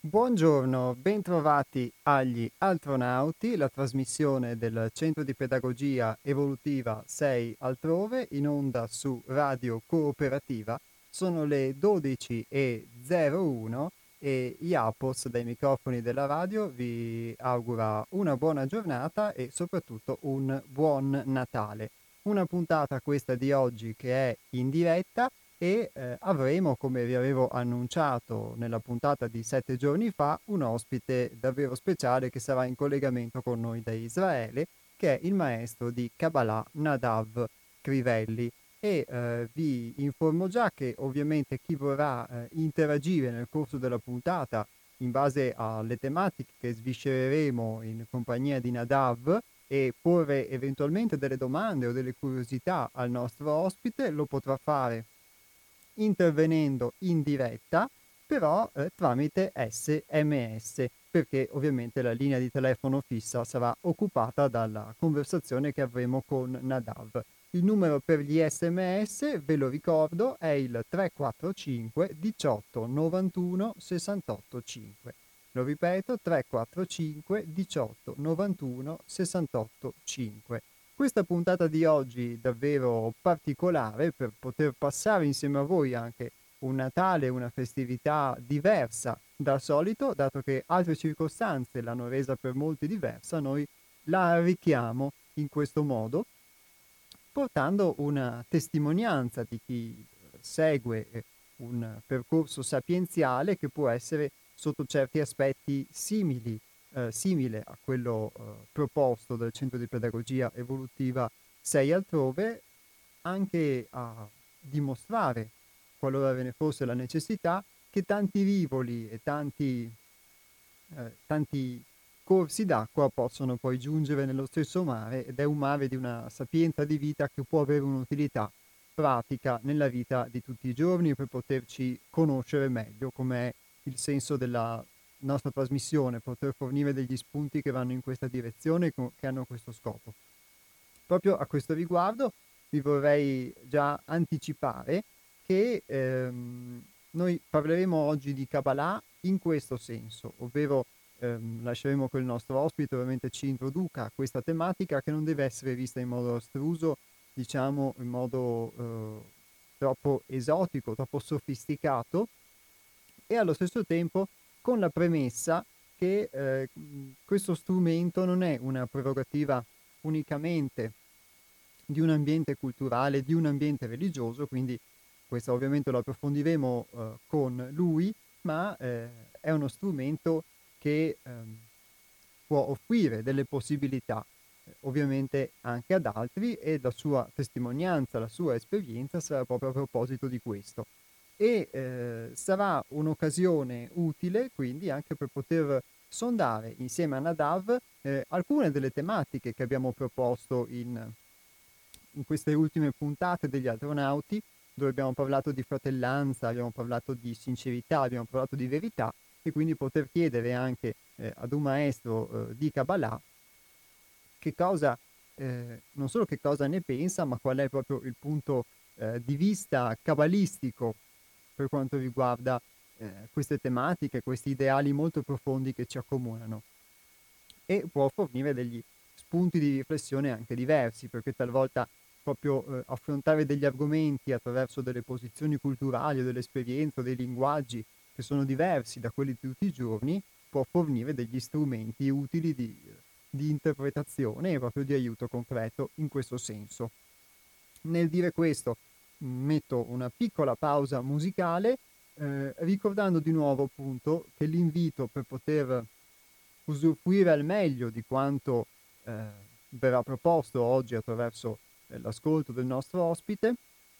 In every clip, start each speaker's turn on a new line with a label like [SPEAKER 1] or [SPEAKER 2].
[SPEAKER 1] Buongiorno, bentrovati agli Altronauti, la trasmissione del Centro di Pedagogia Evolutiva 6 altrove, in onda su Radio Cooperativa. Sono le 12:01 e Iapos dai microfoni della radio vi augura una buona giornata e soprattutto un buon Natale. Una puntata questa di oggi che è in diretta e avremo, come vi avevo annunciato nella puntata di 7 giorni fa, un ospite davvero speciale che sarà in collegamento con noi da Israele, che è il maestro di Kabbalah Nadav Crivelli. E vi informo già che ovviamente chi vorrà interagire nel corso della puntata in base alle tematiche che sviscereremo in compagnia di Nadav e porre eventualmente delle domande o delle curiosità al nostro ospite, lo potrà fare intervenendo in diretta, però tramite SMS, perché ovviamente la linea di telefono fissa sarà occupata dalla conversazione che avremo con Nadav. Il numero per gli SMS, ve lo ricordo, è il 345 18 91 68 5. Lo ripeto, 345 18 91 68 5. Questa puntata di oggi davvero particolare per poter passare insieme a voi anche un Natale, una festività diversa dal solito, dato che altre circostanze l'hanno resa per molti diversa, noi la arricchiamo in questo modo, portando una testimonianza di chi segue un percorso sapienziale che può essere sotto certi aspetti simile a quello proposto dal Centro di Pedagogia Evolutiva 6 altrove, anche a dimostrare, qualora ve ne fosse la necessità, che tanti rivoli e tanti corsi d'acqua possono poi giungere nello stesso mare, ed è un mare di una sapienza di vita che può avere un'utilità pratica nella vita di tutti i giorni per poterci conoscere meglio, come è il senso della nostra trasmissione, poter fornire degli spunti che vanno in questa direzione, che hanno questo scopo. Proprio a questo riguardo vi vorrei già anticipare che noi parleremo oggi di Kabbalah in questo senso, ovvero lasceremo che il nostro ospite ovviamente ci introduca a questa tematica che non deve essere vista in modo astruso, diciamo in modo troppo esotico, troppo sofisticato, e allo stesso tempo con la premessa che questo strumento non è una prerogativa unicamente di un ambiente culturale, di un ambiente religioso, quindi questo ovviamente lo approfondiremo con lui, ma è uno strumento che può offrire delle possibilità ovviamente anche ad altri, e la sua testimonianza, la sua esperienza sarà proprio a proposito di questo. E sarà un'occasione utile quindi anche per poter sondare insieme a Nadav alcune delle tematiche che abbiamo proposto in queste ultime puntate degli Astronauti, dove abbiamo parlato di fratellanza, abbiamo parlato di sincerità, abbiamo parlato di verità, e quindi poter chiedere anche ad un maestro di Kabbalah che cosa, non solo che cosa ne pensa, ma qual è proprio il punto di vista cabalistico per quanto riguarda queste tematiche, questi ideali molto profondi che ci accomunano, e può fornire degli spunti di riflessione anche diversi, perché talvolta proprio affrontare degli argomenti attraverso delle posizioni culturali o delle esperienze o dei linguaggi che sono diversi da quelli di tutti i giorni può fornire degli strumenti utili di interpretazione e proprio di aiuto concreto in questo senso. Nel dire questo metto una piccola pausa musicale, ricordando di nuovo appunto che l'invito per poter usufruire al meglio di quanto verrà proposto oggi attraverso l'ascolto del nostro ospite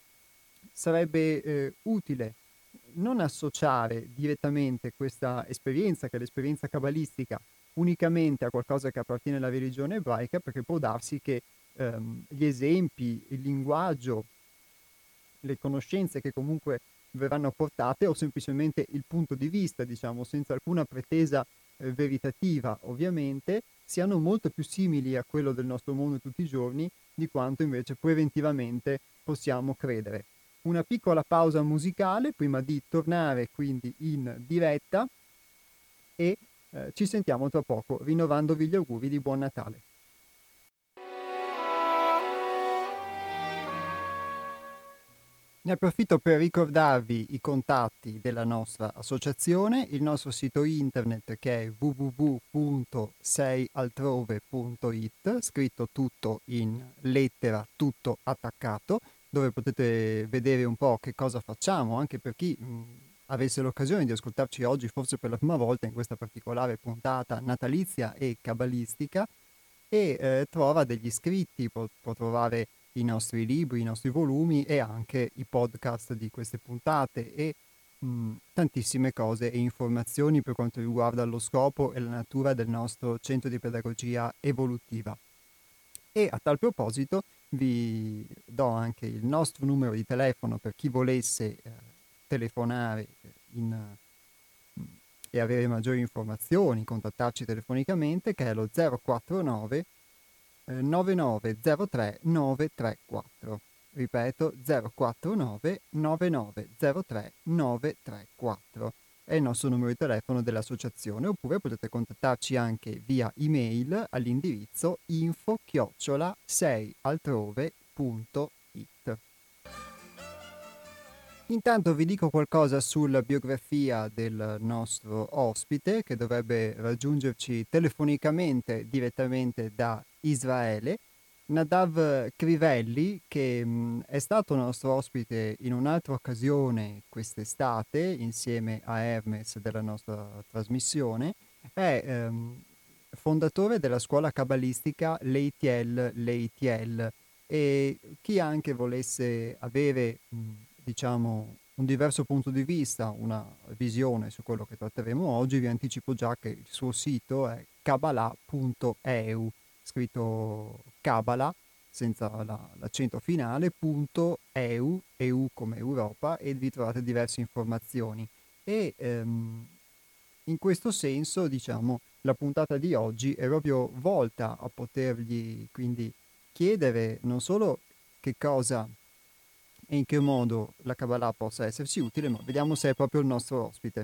[SPEAKER 1] sarebbe utile non associare direttamente questa esperienza, che è l'esperienza cabalistica, unicamente a qualcosa che appartiene alla religione ebraica, perché può darsi che gli esempi, il linguaggio, le conoscenze che comunque verranno portate, o semplicemente il punto di vista, diciamo, senza alcuna pretesa veritativa, ovviamente, siano molto più simili a quello del nostro mondo tutti i giorni di quanto invece preventivamente possiamo credere. Una piccola pausa musicale prima di tornare quindi in diretta, e ci sentiamo tra poco, rinnovandovi gli auguri di buon Natale. Ne approfitto per ricordarvi i contatti della nostra associazione, il nostro sito internet che è www.seialtrove.it, scritto tutto in lettera, tutto attaccato, dove potete vedere un po' che cosa facciamo, anche per chi avesse l'occasione di ascoltarci oggi, forse per la prima volta in questa particolare puntata natalizia e cabalistica, e trova degli scritti, può trovare i nostri libri, i nostri volumi e anche i podcast di queste puntate e tantissime cose e informazioni per quanto riguarda lo scopo e la natura del nostro centro di pedagogia evolutiva. E a tal proposito vi do anche il nostro numero di telefono per chi volesse telefonare e avere maggiori informazioni, contattarci telefonicamente, che è lo 049 9903 934. Ripeto, 049 9903 934 è il nostro numero di telefono dell'associazione, oppure potete contattarci anche via email all'indirizzo info@seialtrove.it. Intanto vi dico qualcosa sulla biografia del nostro ospite, che dovrebbe raggiungerci telefonicamente direttamente da Israele. Nadav Crivelli, che è stato nostro ospite in un'altra occasione quest'estate insieme a Hermes della nostra trasmissione, è fondatore della scuola cabalistica Leitiel, e chi anche volesse avere diciamo un diverso punto di vista, una visione su quello che tratteremo oggi, vi anticipo già che il suo sito è kabbalah.eu, scritto Kabbalah senza l'accento finale, .eu, EU come Europa, e vi trovate diverse informazioni. E in questo senso, diciamo, la puntata di oggi è proprio volta a potergli quindi chiedere non solo che cosa e in che modo la Kabbalah possa esserci utile, ma vediamo se è proprio il nostro ospite.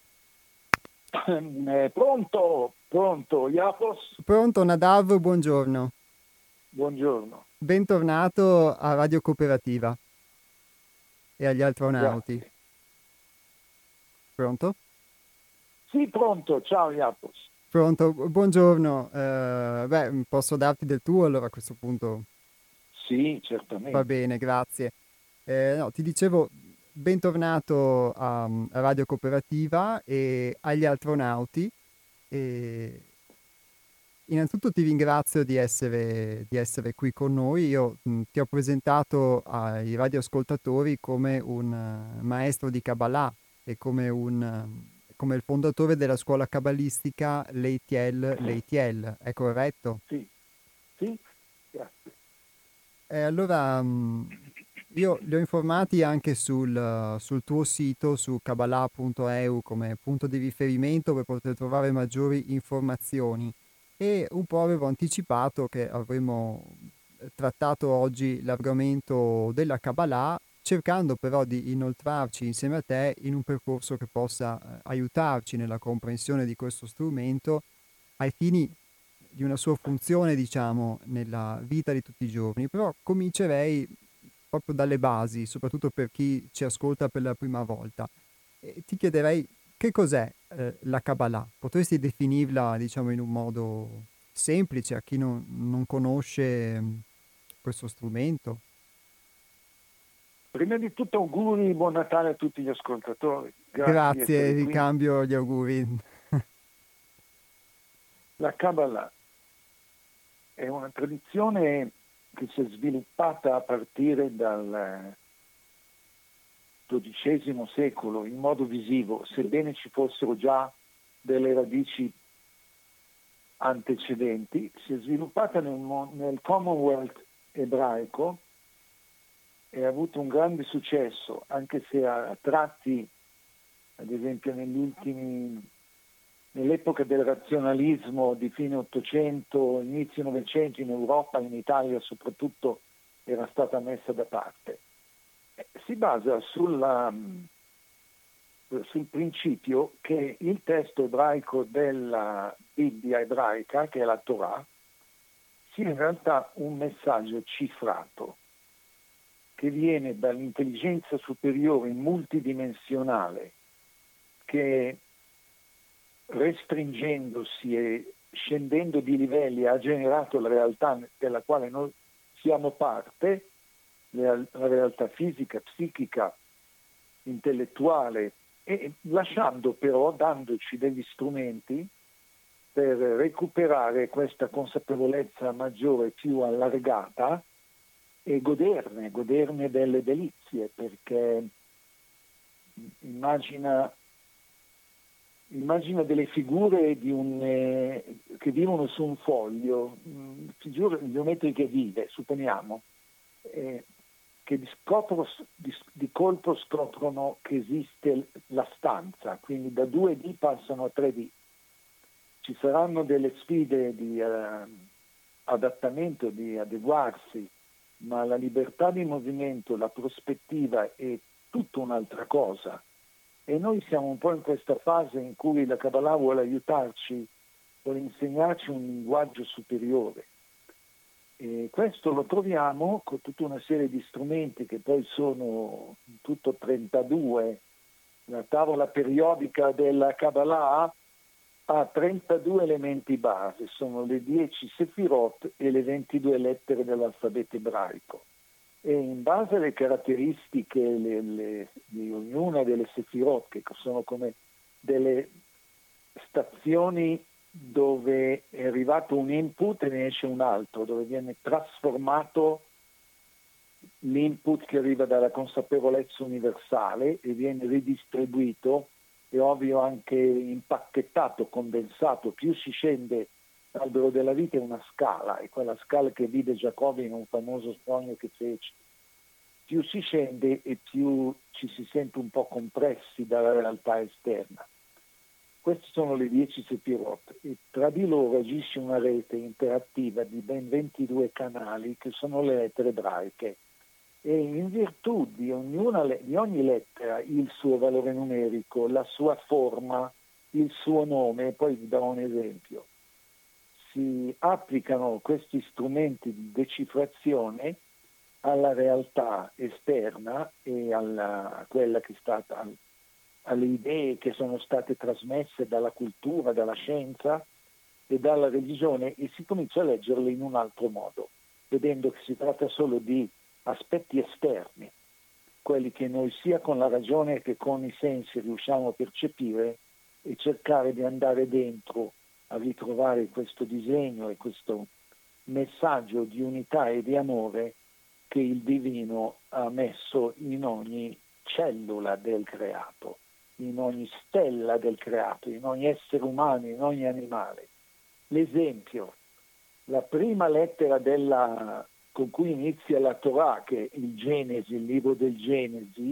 [SPEAKER 2] Pronto, Iapos?
[SPEAKER 1] Pronto, Nadav, buongiorno.
[SPEAKER 2] Buongiorno.
[SPEAKER 1] Bentornato a Radio Cooperativa e agli astronauti.
[SPEAKER 2] Grazie.
[SPEAKER 1] Pronto?
[SPEAKER 2] Sì, pronto, ciao Iapos.
[SPEAKER 1] Pronto, buongiorno. Posso darti del tuo allora a questo punto?
[SPEAKER 2] Sì, certamente.
[SPEAKER 1] Va bene, grazie. No, ti dicevo, bentornato a Radio Cooperativa e agli astronauti. E innanzitutto ti ringrazio di essere qui con noi. Io ti ho presentato ai radioascoltatori come un maestro di Kabbalah e come il fondatore della scuola cabalistica Leitiel, è corretto?
[SPEAKER 2] Sì, grazie.
[SPEAKER 1] Allora, io li ho informati anche sul tuo sito, su kabbalah.eu, come punto di riferimento per poter trovare maggiori informazioni, e un po' avevo anticipato che avremmo trattato oggi l'argomento della Kabbalah, cercando però di inoltrarci insieme a te in un percorso che possa aiutarci nella comprensione di questo strumento ai fini di una sua funzione, diciamo, nella vita di tutti i giorni. Però comincerei proprio dalle basi, soprattutto per chi ci ascolta per la prima volta. E ti chiederei che cos'è la Kabbalah? Potresti definirla, diciamo, in un modo semplice a chi non conosce questo strumento?
[SPEAKER 2] Prima di tutto auguri, buon Natale a tutti gli ascoltatori.
[SPEAKER 1] Grazie, ricambio gli auguri.
[SPEAKER 2] La Kabbalah è una tradizione che si è sviluppata a partire dal XII secolo in modo visivo, sebbene ci fossero già delle radici antecedenti. Si è sviluppata nel Commonwealth ebraico e ha avuto un grande successo, anche se a tratti, ad esempio nell'epoca del razionalismo di fine Ottocento, inizio Novecento in Europa, in Italia soprattutto, era stata messa da parte. Si basa sul principio che il testo ebraico della Bibbia ebraica, che è la Torah, sia in realtà un messaggio cifrato che viene dall'intelligenza superiore multidimensionale che, restringendosi e scendendo di livelli, ha generato la realtà della quale noi siamo parte, la realtà fisica, psichica, intellettuale, e lasciando però, dandoci degli strumenti per recuperare questa consapevolezza maggiore, più allargata, e goderne delle delizie, perché immagina delle figure che vivono su un foglio, figure geometriche vive, supponiamo, che di colpo scoprono che esiste la stanza, quindi da 2D passano a 3D. Ci saranno delle sfide di adattamento, di adeguarsi, ma la libertà di movimento, la prospettiva è tutta un'altra cosa. E noi siamo un po' in questa fase in cui la Kabbalah vuole aiutarci, vuole insegnarci un linguaggio superiore. E questo lo troviamo con tutta una serie di strumenti che poi sono in tutto 32. La tavola periodica della Kabbalah ha 32 elementi base, sono le 10 sefirot e le 22 lettere dell'alfabeto ebraico. E in base alle caratteristiche di ognuna delle sefirot, che sono come delle stazioni dove è arrivato un input e ne esce un altro, dove viene trasformato l'input che arriva dalla consapevolezza universale e viene ridistribuito, è ovvio anche impacchettato, condensato. Più si scende, l'albero della vita è una scala, è quella scala che vide Giacobbe in un famoso sogno che fece. Più si scende e più ci si sente un po' compressi dalla realtà esterna. Queste sono le 10 sefirot e tra di loro agisce una rete interattiva di ben 22 canali che sono le lettere ebraiche, e in virtù di ogni lettera il suo valore numerico, la sua forma, il suo nome. Poi vi darò un esempio. Si applicano questi strumenti di decifrazione alla realtà esterna e a quella che è stata, alle idee che sono state trasmesse dalla cultura, dalla scienza e dalla religione, e si comincia a leggerle in un altro modo, vedendo che si tratta solo di aspetti esterni, quelli che noi sia con la ragione che con i sensi riusciamo a percepire, e cercare di andare dentro a ritrovare questo disegno e questo messaggio di unità e di amore che il divino ha messo in ogni cellula del creato, in ogni stella del creato, in ogni essere umano, in ogni animale. L'esempio, la prima lettera con cui inizia la Torah, che è il Genesi, il libro del Genesi,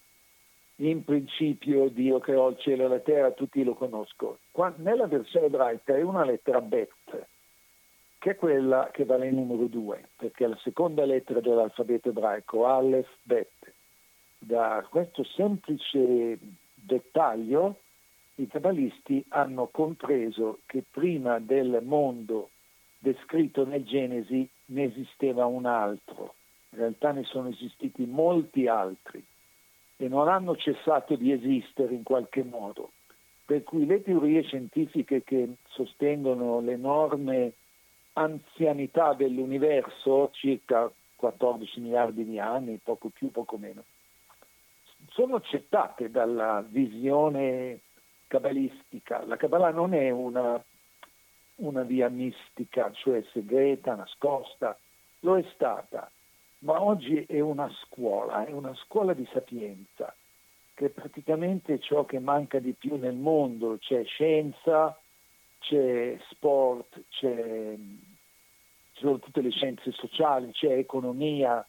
[SPEAKER 2] in principio Dio creò il cielo e la terra, tutti lo conoscono. Nella versione ebraica è una lettera Bet, che è quella che vale il numero 2, perché è la seconda lettera dell'alfabeto ebraico, Aleph, Bet. Da questo semplice dettaglio i cabalisti hanno compreso che prima del mondo descritto nel Genesi ne esisteva un altro. In realtà ne sono esistiti molti altri e non hanno cessato di esistere in qualche modo. Per cui le teorie scientifiche che sostengono l'enorme anzianità dell'universo, circa 14 miliardi di anni, poco più, poco meno, sono accettate dalla visione cabalistica. La Kabbalah non è una via mistica, cioè segreta, nascosta, lo è stata, ma oggi è una scuola di sapienza, che è praticamente ciò che manca di più nel mondo. C'è scienza, c'è sport, ci sono tutte le scienze sociali, c'è economia,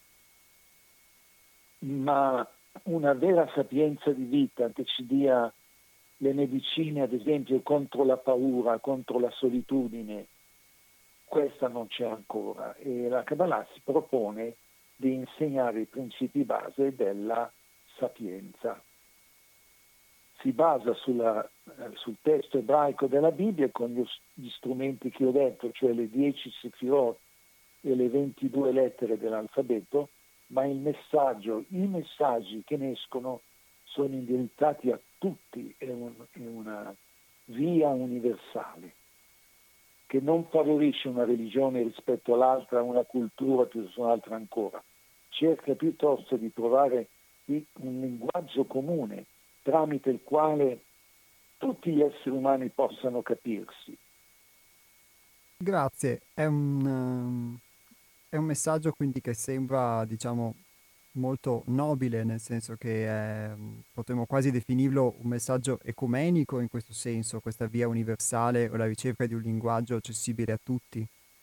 [SPEAKER 2] ma una vera sapienza di vita che ci dia le medicine, ad esempio, contro la paura, contro la solitudine, questa non c'è ancora, e la Kabbalah si propone di insegnare i principi base della sapienza. si basa sul testo ebraico della Bibbia con gli strumenti che ho detto, cioè le 10 sefirot e le 22 lettere dell'alfabeto, ma i messaggi che ne escono sono indirizzati a tutti, è una via universale che non favorisce una religione rispetto all'altra, una cultura piuttosto che un'altra ancora. Cerca piuttosto di trovare un linguaggio comune tramite il quale tutti gli esseri umani possano capirsi.
[SPEAKER 1] Grazie, è un messaggio quindi che sembra, diciamo, molto nobile, nel senso che potremmo quasi definirlo un messaggio ecumenico in questo senso, questa via universale o la ricerca di un linguaggio accessibile a tutti.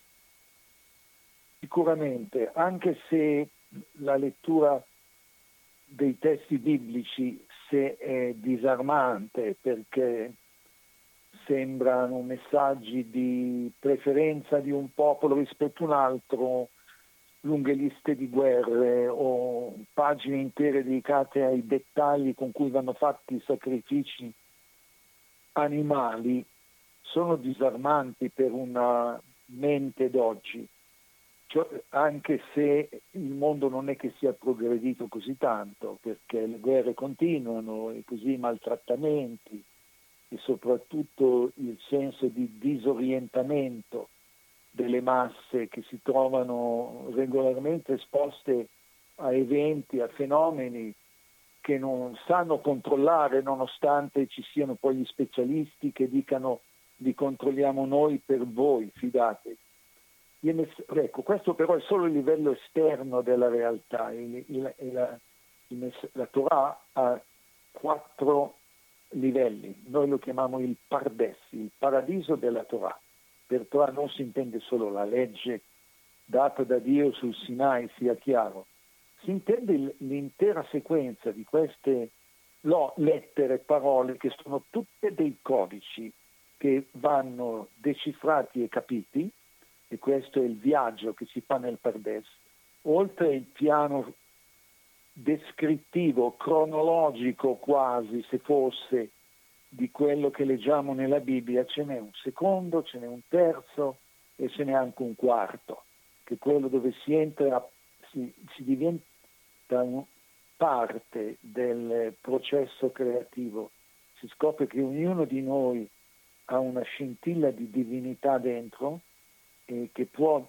[SPEAKER 2] Sicuramente, anche se la lettura dei testi biblici se è disarmante perché sembrano messaggi di preferenza di un popolo rispetto a un altro, lunghe liste di guerre o pagine intere dedicate ai dettagli con cui vanno fatti i sacrifici animali, sono disarmanti per una mente d'oggi. Cioè, anche se il mondo non è che sia progredito così tanto, perché le guerre continuano e così i maltrattamenti e soprattutto il senso di disorientamento delle masse che si trovano regolarmente esposte a eventi, a fenomeni che non sanno controllare, nonostante ci siano poi gli specialisti che dicano li controlliamo noi per voi, fidatevi. Ecco, questo però è solo il livello esterno della realtà. La Torah ha 4 livelli, noi lo chiamiamo il Pardes, il paradiso della Torah. Per Torah non si intende solo la legge data da Dio sul Sinai, sia chiaro, si intende l'intera sequenza di queste lettere, parole che sono tutte dei codici che vanno decifrati e capiti, e questo è il viaggio che si fa nel Pardes, oltre il piano descrittivo, cronologico quasi, se fosse, di quello che leggiamo nella Bibbia, ce n'è un secondo, ce n'è un terzo e ce n'è anche un quarto, che è quello dove si entra, si diventa parte del processo creativo. Si scopre che ognuno di noi ha una scintilla di divinità dentro e che può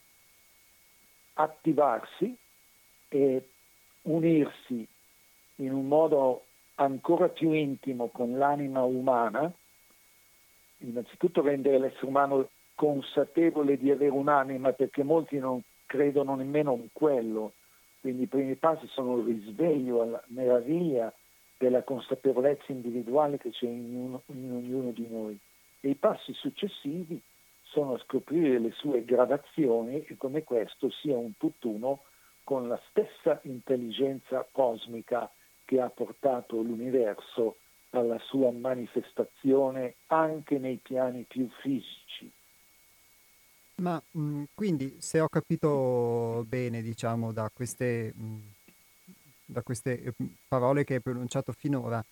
[SPEAKER 2] attivarsi e unirsi in un modo ancora più intimo con l'anima umana, innanzitutto rendere l'essere umano consapevole di avere un'anima, perché molti non credono nemmeno in quello, quindi i primi passi sono il risveglio alla meraviglia della consapevolezza individuale che c'è in ognuno di noi, e i passi successivi sono scoprire le sue gradazioni e come questo sia un tutt'uno con la stessa intelligenza cosmica che ha portato l'universo alla sua manifestazione anche nei piani più fisici.
[SPEAKER 1] Ma quindi, se ho capito bene, diciamo, da queste parole che hai pronunciato finora,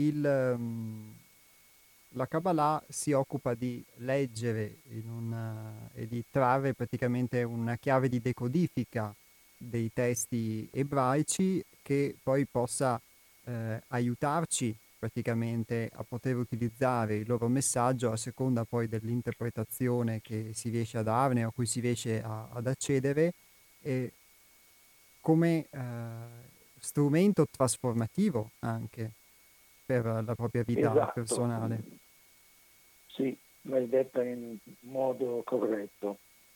[SPEAKER 1] la Kabbalah si occupa di leggere e di trarre praticamente una chiave di decodifica dei testi ebraici che poi possa aiutarci praticamente a poter utilizzare il loro messaggio a seconda poi dell'interpretazione che si riesce a darne o a cui si riesce ad accedere, e come strumento trasformativo anche per la propria vita
[SPEAKER 2] Esatto,
[SPEAKER 1] personale.
[SPEAKER 2] sì, l'hai detta in modo corretto.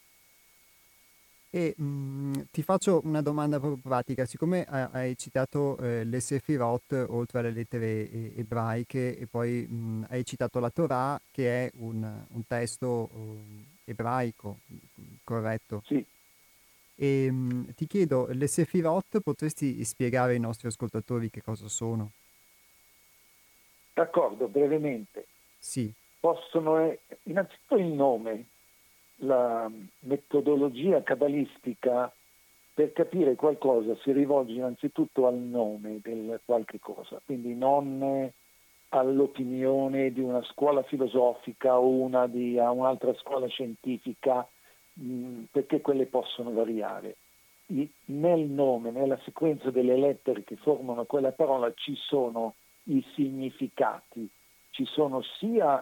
[SPEAKER 1] E ti faccio una domanda proprio pratica, siccome hai citato le Sefirot oltre alle lettere ebraiche e poi hai citato la Torah che è un testo ebraico, corretto?
[SPEAKER 2] Sì,
[SPEAKER 1] E ti chiedo, le Sefirot potresti spiegare ai nostri ascoltatori che cosa sono?
[SPEAKER 2] d'accordo, brevemente.
[SPEAKER 1] Sì,
[SPEAKER 2] Innanzitutto il nome, la metodologia cabalistica per capire qualcosa si rivolge innanzitutto al nome del qualche cosa, quindi non all'opinione di una scuola filosofica o a un'altra scuola scientifica, perché quelle possono variare. Nel nome, nella sequenza delle lettere che formano quella parola ci sono i significati, ci sono sia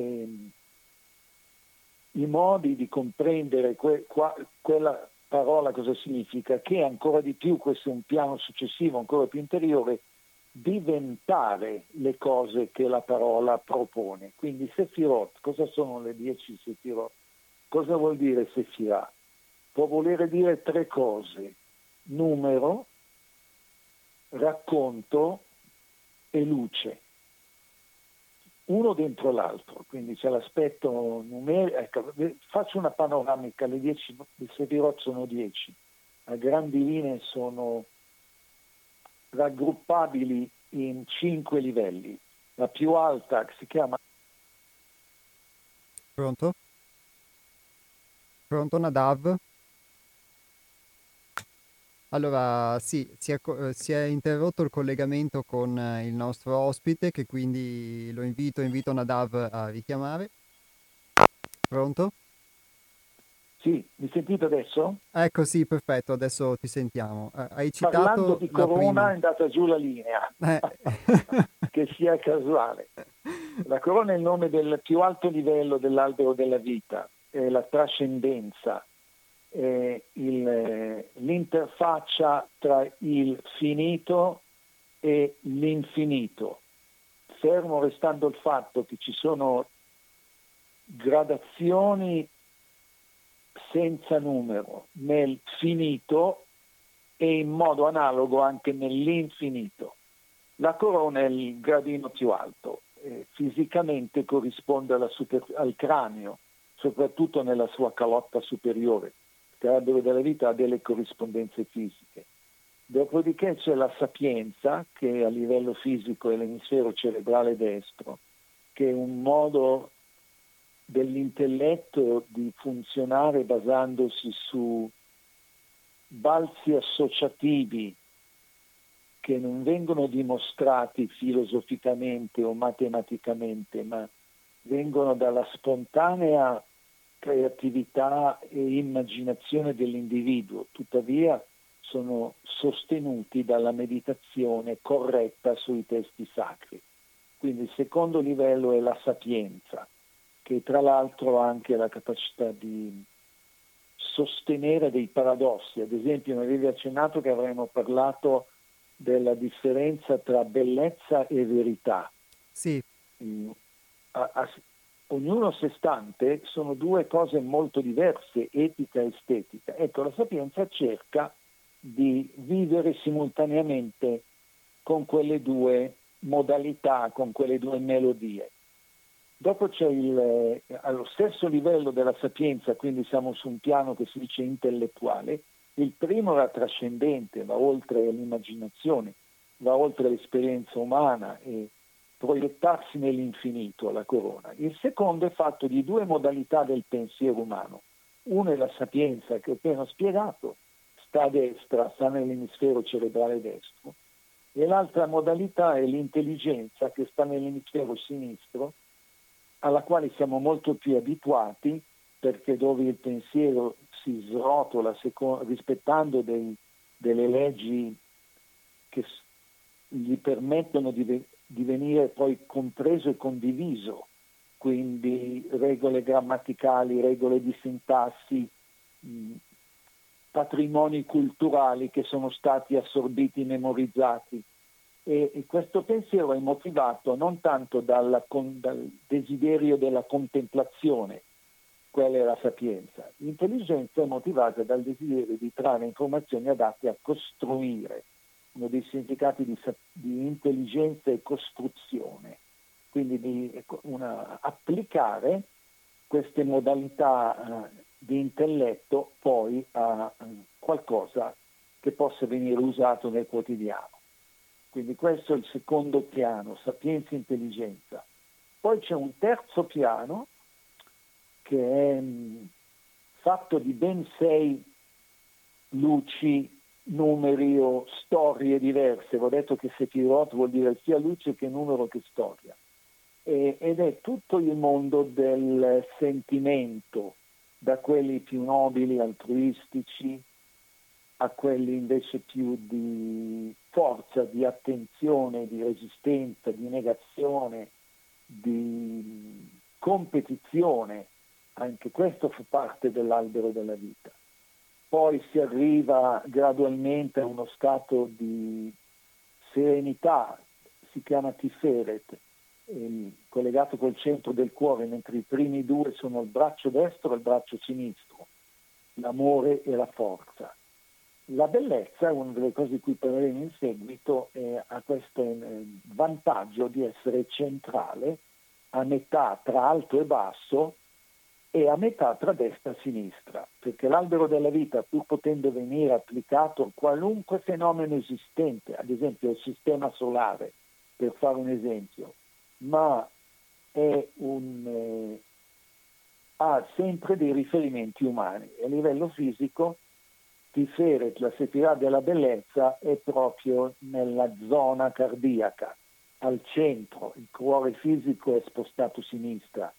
[SPEAKER 2] i modi di comprendere quella parola cosa significa, che ancora di più, questo è un piano successivo ancora più interiore, diventare le cose che la parola propone. Quindi Sefirot, cosa sono le 10 Sefirot? Cosa vuol dire Sefirah? Può voler dire 3 cose: numero, racconto e luce, uno dentro l'altro. Quindi c'è l'aspetto numerico. Ecco, faccio una panoramica: le 10 Sefirot sono 10, a grandi linee sono raggruppabili in 5 livelli. La più alta, che si chiama...
[SPEAKER 1] Pronto? Pronto, Nadav? Allora, sì, si è interrotto il collegamento con il nostro ospite, che quindi invito Nadav a richiamare. Pronto?
[SPEAKER 2] Sì, mi sentite adesso?
[SPEAKER 1] Ecco, sì, perfetto, adesso ti sentiamo. Hai
[SPEAKER 2] Parlando
[SPEAKER 1] citato
[SPEAKER 2] di
[SPEAKER 1] la
[SPEAKER 2] corona
[SPEAKER 1] prima.
[SPEAKER 2] è andata giù la linea,
[SPEAKER 1] Eh.
[SPEAKER 2] che sia casuale. La corona è il nome del più alto livello dell'albero della vita, è la trascendenza, è l'interfaccia tra il finito e l'infinito, fermo restando il fatto che ci sono gradazioni senza numero nel finito e in modo analogo anche nell'infinito. La corona è il gradino più alto, fisicamente corrisponde al cranio, soprattutto nella sua calotta superiore. L'albero della vita ha delle corrispondenze fisiche. Dopodiché c'è la sapienza, che a livello fisico è l'emisfero cerebrale destro, che è un modo dell'intelletto di funzionare basandosi su balzi associativi che non vengono dimostrati filosoficamente o matematicamente, ma vengono dalla spontanea creatività e immaginazione dell'individuo, tuttavia sono sostenuti dalla meditazione corretta sui testi sacri. Quindi il secondo livello è la sapienza, che tra l'altro ha anche la capacità di sostenere dei paradossi. Ad esempio, mi avevi accennato che avremmo parlato della differenza tra bellezza e verità.
[SPEAKER 1] Sì.
[SPEAKER 2] Ognuno a sé stante sono due cose molto diverse, etica e estetica. Ecco, la sapienza cerca di vivere simultaneamente con quelle due modalità, con quelle due melodie. Dopo c'è allo stesso livello della sapienza, quindi siamo su un piano che si dice intellettuale. Il primo era trascendente, va oltre l'immaginazione, va oltre l'esperienza umana e proiettarsi nell'infinito, la corona. Il secondo è fatto di due modalità del pensiero umano. Una è la sapienza, che ho appena spiegato, sta a destra, sta nell'emisfero cerebrale destro, e l'altra modalità è l'intelligenza, che sta nell'emisfero sinistro, alla quale siamo molto più abituati, perché dove il pensiero si srotola rispettando delle leggi che gli permettono di venire poi compreso e condiviso, quindi regole grammaticali, regole di sintassi, patrimoni culturali che sono stati assorbiti, memorizzati. E questo pensiero è motivato non tanto dal desiderio della contemplazione, quella è la sapienza. L'intelligenza è motivata dal desiderio di trarre informazioni adatte a costruire. Uno dei significati di intelligenza e costruzione, quindi di applicare queste modalità di intelletto poi a qualcosa che possa venire usato nel quotidiano. Quindi questo è il secondo piano, sapienza e intelligenza. Poi c'è un terzo piano che è fatto di ben 6 luci, numeri o storie diverse. Vi ho detto che Sefirot vuol dire sia luce che numero che storia. ed è tutto il mondo del sentimento, da quelli più nobili, altruistici, a quelli invece più di forza, di attenzione, di resistenza, di negazione, di competizione. Anche questo fa parte dell'albero della vita. Poi si arriva gradualmente a uno stato di serenità, si chiama Tiferet, collegato col centro del cuore, mentre i primi due sono il braccio destro e il braccio sinistro, l'amore e la forza. La bellezza, una delle cose di cui parleremo in seguito, ha questo vantaggio di essere centrale, a metà tra alto e basso e a metà tra destra e sinistra, perché l'albero della vita, pur potendo venire applicato a qualunque fenomeno esistente, ad esempio il sistema solare, per fare un esempio, ma ha sempre dei riferimenti umani. A livello fisico, Tiferet, la sefirah della bellezza, è proprio nella zona cardiaca, al centro. Il cuore fisico è spostato a sinistra.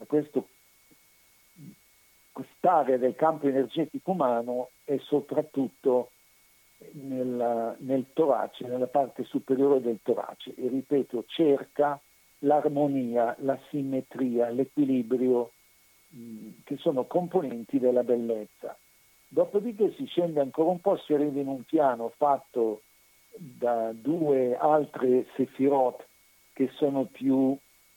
[SPEAKER 2] Quest'area del campo energetico umano è soprattutto nel torace, nella parte superiore del torace, e ripeto, cerca l'armonia, la simmetria, l'equilibrio, che sono componenti della bellezza. Dopodiché si scende ancora un po', si arriva in un piano fatto da due altre sefirot che sono più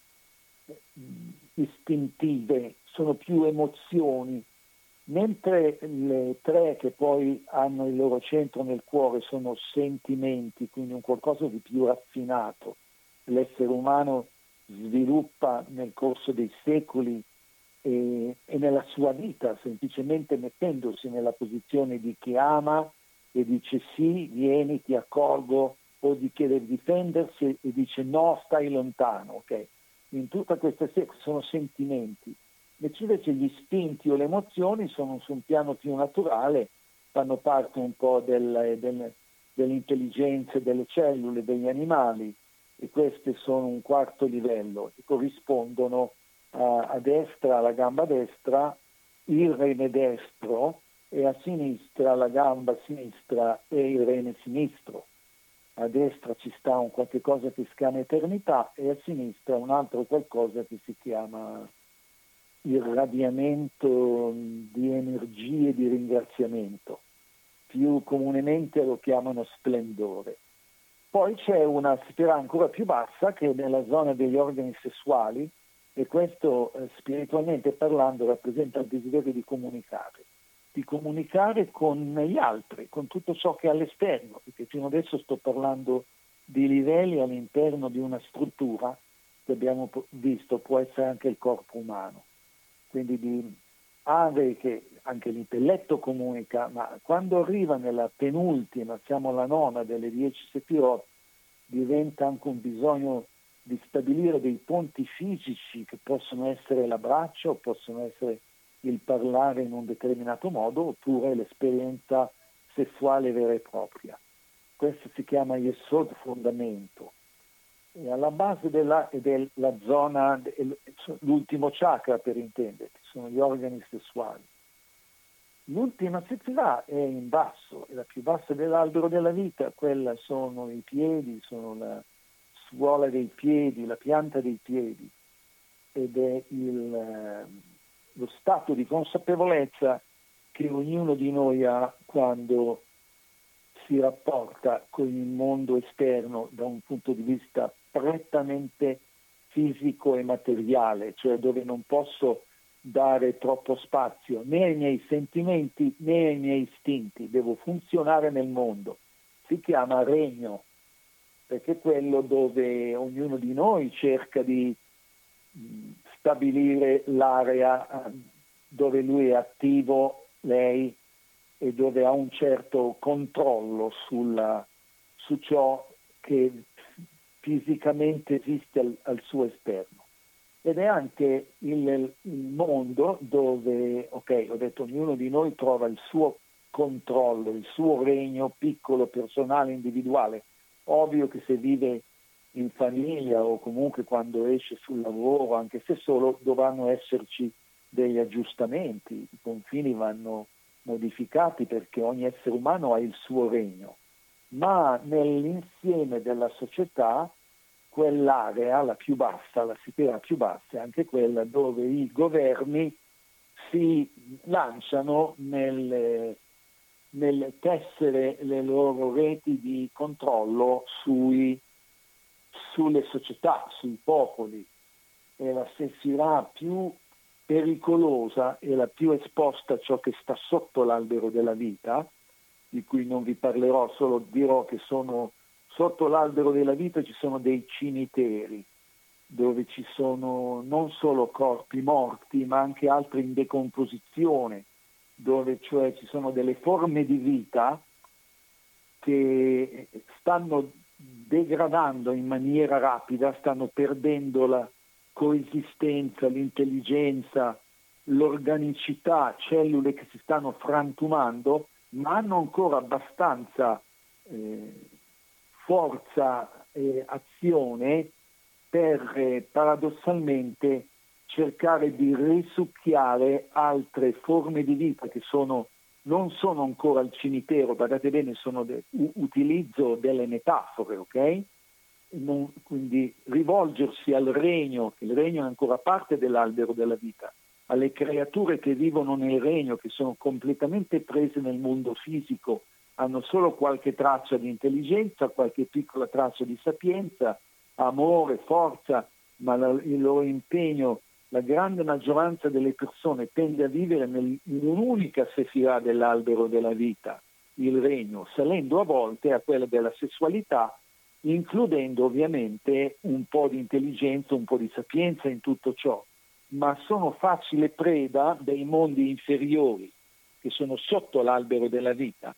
[SPEAKER 2] istintive, sono più emozioni, mentre le tre che poi hanno il loro centro nel cuore sono sentimenti, quindi un qualcosa di più raffinato. L'essere umano sviluppa nel corso dei secoli e nella sua vita, semplicemente mettendosi nella posizione di chi ama e dice sì, vieni, ti accolgo, o di chiedere di difendersi e dice no, stai lontano, ok? In tutta questa sono sentimenti. Invece gli istinti o le emozioni sono su un piano più naturale, fanno parte un po' delle intelligenze delle cellule, degli animali, e queste sono un quarto livello e corrispondono a destra, alla gamba destra, il rene destro, e a sinistra la gamba sinistra e il rene sinistro. A destra ci sta un qualche cosa che si chiama eternità e a sinistra un altro qualcosa che si chiama irradiamento di energie di ringraziamento. Più comunemente lo chiamano splendore. Poi c'è una sfera ancora più bassa che è nella zona degli organi sessuali, e questo spiritualmente parlando rappresenta il desiderio di comunicare con gli altri, con tutto ciò che è all'esterno, perché fino adesso sto parlando di livelli all'interno di una struttura che abbiamo visto può essere anche il corpo umano, quindi di aree che anche l'intelletto comunica, ma quando arriva nella penultima, siamo alla nona delle 10 sefirot, diventa anche un bisogno di stabilire dei ponti fisici che possono essere l'abbraccio, possono essere il parlare in un determinato modo, oppure l'esperienza sessuale vera e propria. Questo si chiama Yesod, fondamento. E alla base della zona, l'ultimo chakra per intenderti, sono gli organi sessuali. L'ultima sefirah è in basso, è la più bassa dell'albero della vita, quella sono i piedi, sono la suola dei piedi, la pianta dei piedi, ed è lo stato di consapevolezza che ognuno di noi ha quando si rapporta con il mondo esterno da un punto di vista prettamente fisico e materiale, cioè dove non posso dare troppo spazio né ai miei sentimenti né ai miei istinti, devo funzionare nel mondo. Si chiama regno, perché è quello dove ognuno di noi cerca di stabilire l'area dove lui è attivo, lei, e dove ha un certo controllo su ciò che fisicamente esiste al suo esterno. Ed è anche il mondo dove, ok, ho detto, ognuno di noi trova il suo controllo, il suo regno piccolo, personale, individuale. Ovvio che se vive in famiglia o comunque quando esce sul lavoro, anche se solo, dovranno esserci degli aggiustamenti, i confini vanno modificati perché ogni essere umano ha il suo regno, ma nell'insieme della società quell'area, la più bassa, la sfera più bassa, è anche quella dove i governi si lanciano nel tessere le loro reti di controllo sulle società, sui popoli. E la sfera più pericolosa e la più esposta a ciò che sta sotto l'albero della vita, di cui non vi parlerò, solo dirò che sotto l'albero della vita ci sono dei cimiteri, dove ci sono non solo corpi morti, ma anche altri in decomposizione, dove cioè ci sono delle forme di vita che stanno degradando in maniera rapida, stanno perdendo la coesistenza, l'intelligenza, l'organicità, cellule che si stanno frantumando, ma hanno ancora abbastanza forza e azione per paradossalmente cercare di risucchiare altre forme di vita che non sono ancora al cimitero, guardate bene, utilizzo delle metafore, ok? Quindi rivolgersi al regno, che il regno è ancora parte dell'albero della vita, alle creature che vivono nel regno, che sono completamente prese nel mondo fisico, hanno solo qualche traccia di intelligenza, qualche piccola traccia di sapienza, amore, forza, ma il loro impegno, la grande maggioranza delle persone tende a vivere in un'unica sefirah dell'albero della vita, il regno, salendo a volte a quella della sessualità, includendo ovviamente un po' di intelligenza, un po' di sapienza in tutto ciò, ma sono facile preda dei mondi inferiori, che sono sotto l'albero della vita,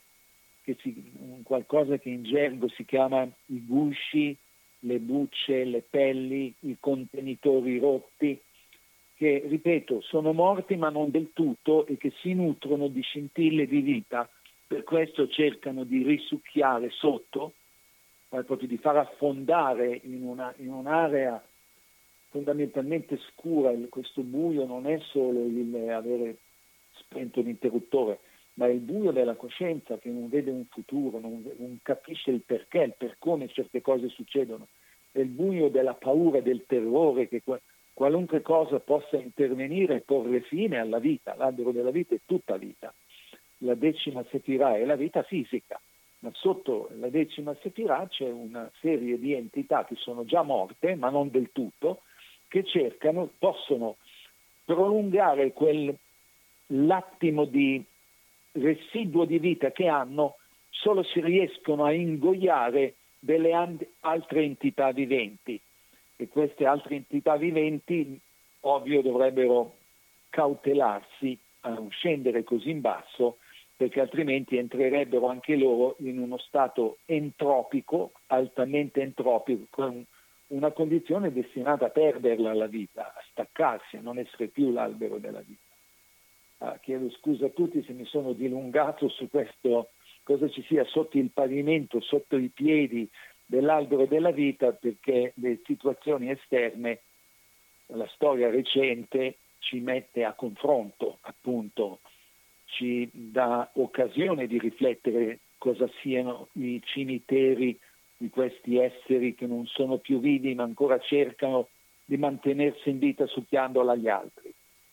[SPEAKER 2] qualcosa che in gergo si chiama i gusci, le bucce, le pelli, i contenitori rotti, che, ripeto, sono morti ma non del tutto e che si nutrono di scintille di vita, per questo cercano di risucchiare sotto, proprio di far affondare in un'area fondamentalmente scura. Questo buio non è solo avere spento l'interruttore, ma è il buio della coscienza che non vede un futuro, non capisce il perché, il per come certe cose succedono. È il buio della paura, del terrore, che qualunque cosa possa intervenire e porre fine alla vita. L'albero della vita è tutta vita. La 10ª sefirah è la vita fisica, ma sotto la 10ª sefirah c'è una serie di entità che sono già morte, ma non del tutto, che possono prolungare quell'attimo di residuo di vita che hanno, solo se riescono a ingoiare delle altre entità viventi. E queste altre entità viventi, ovvio, dovrebbero cautelarsi a non scendere così in basso, perché altrimenti entrerebbero anche loro in uno stato entropico, altamente entropico, con una condizione destinata a perderla la vita, a staccarsi, a non essere più l'albero della vita. Chiedo scusa a tutti se mi sono dilungato su questo, cosa ci sia sotto il pavimento, sotto i piedi dell'albero della vita, perché le situazioni esterne, la storia recente ci mette a confronto, appunto, ci dà occasione di riflettere cosa siano i cimiteri di questi esseri che non sono più vivi ma ancora cercano di mantenersi in vita succhiandola agli altri.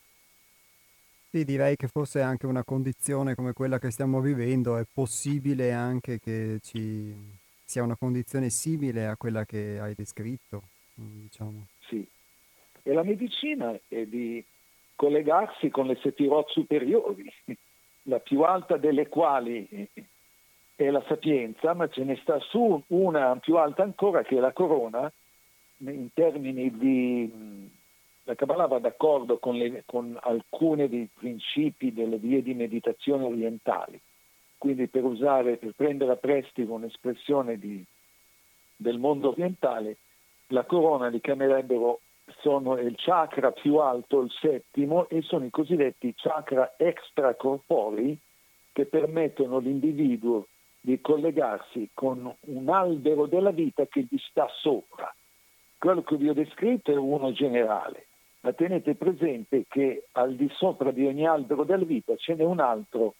[SPEAKER 1] Sì, direi che forse anche una condizione come quella che stiamo vivendo è possibile anche che ci sia una condizione simile a quella che hai descritto, diciamo.
[SPEAKER 2] Sì, e la medicina è di collegarsi con le sefirot superiori, la più alta delle quali è la sapienza, ma ce ne sta su una più alta ancora che è la corona, in termini di... La Kabbalah va d'accordo con alcuni dei principi delle vie di meditazione orientali, quindi per prendere a prestito un'espressione del mondo orientale, la corona li chiamerebbero, sono il chakra più alto, il settimo, e sono i cosiddetti chakra extracorporei che permettono all'individuo di collegarsi con un albero della vita che gli sta sopra. Quello che vi ho descritto è uno generale, ma tenete presente che al di sopra di ogni albero della vita ce n'è un altro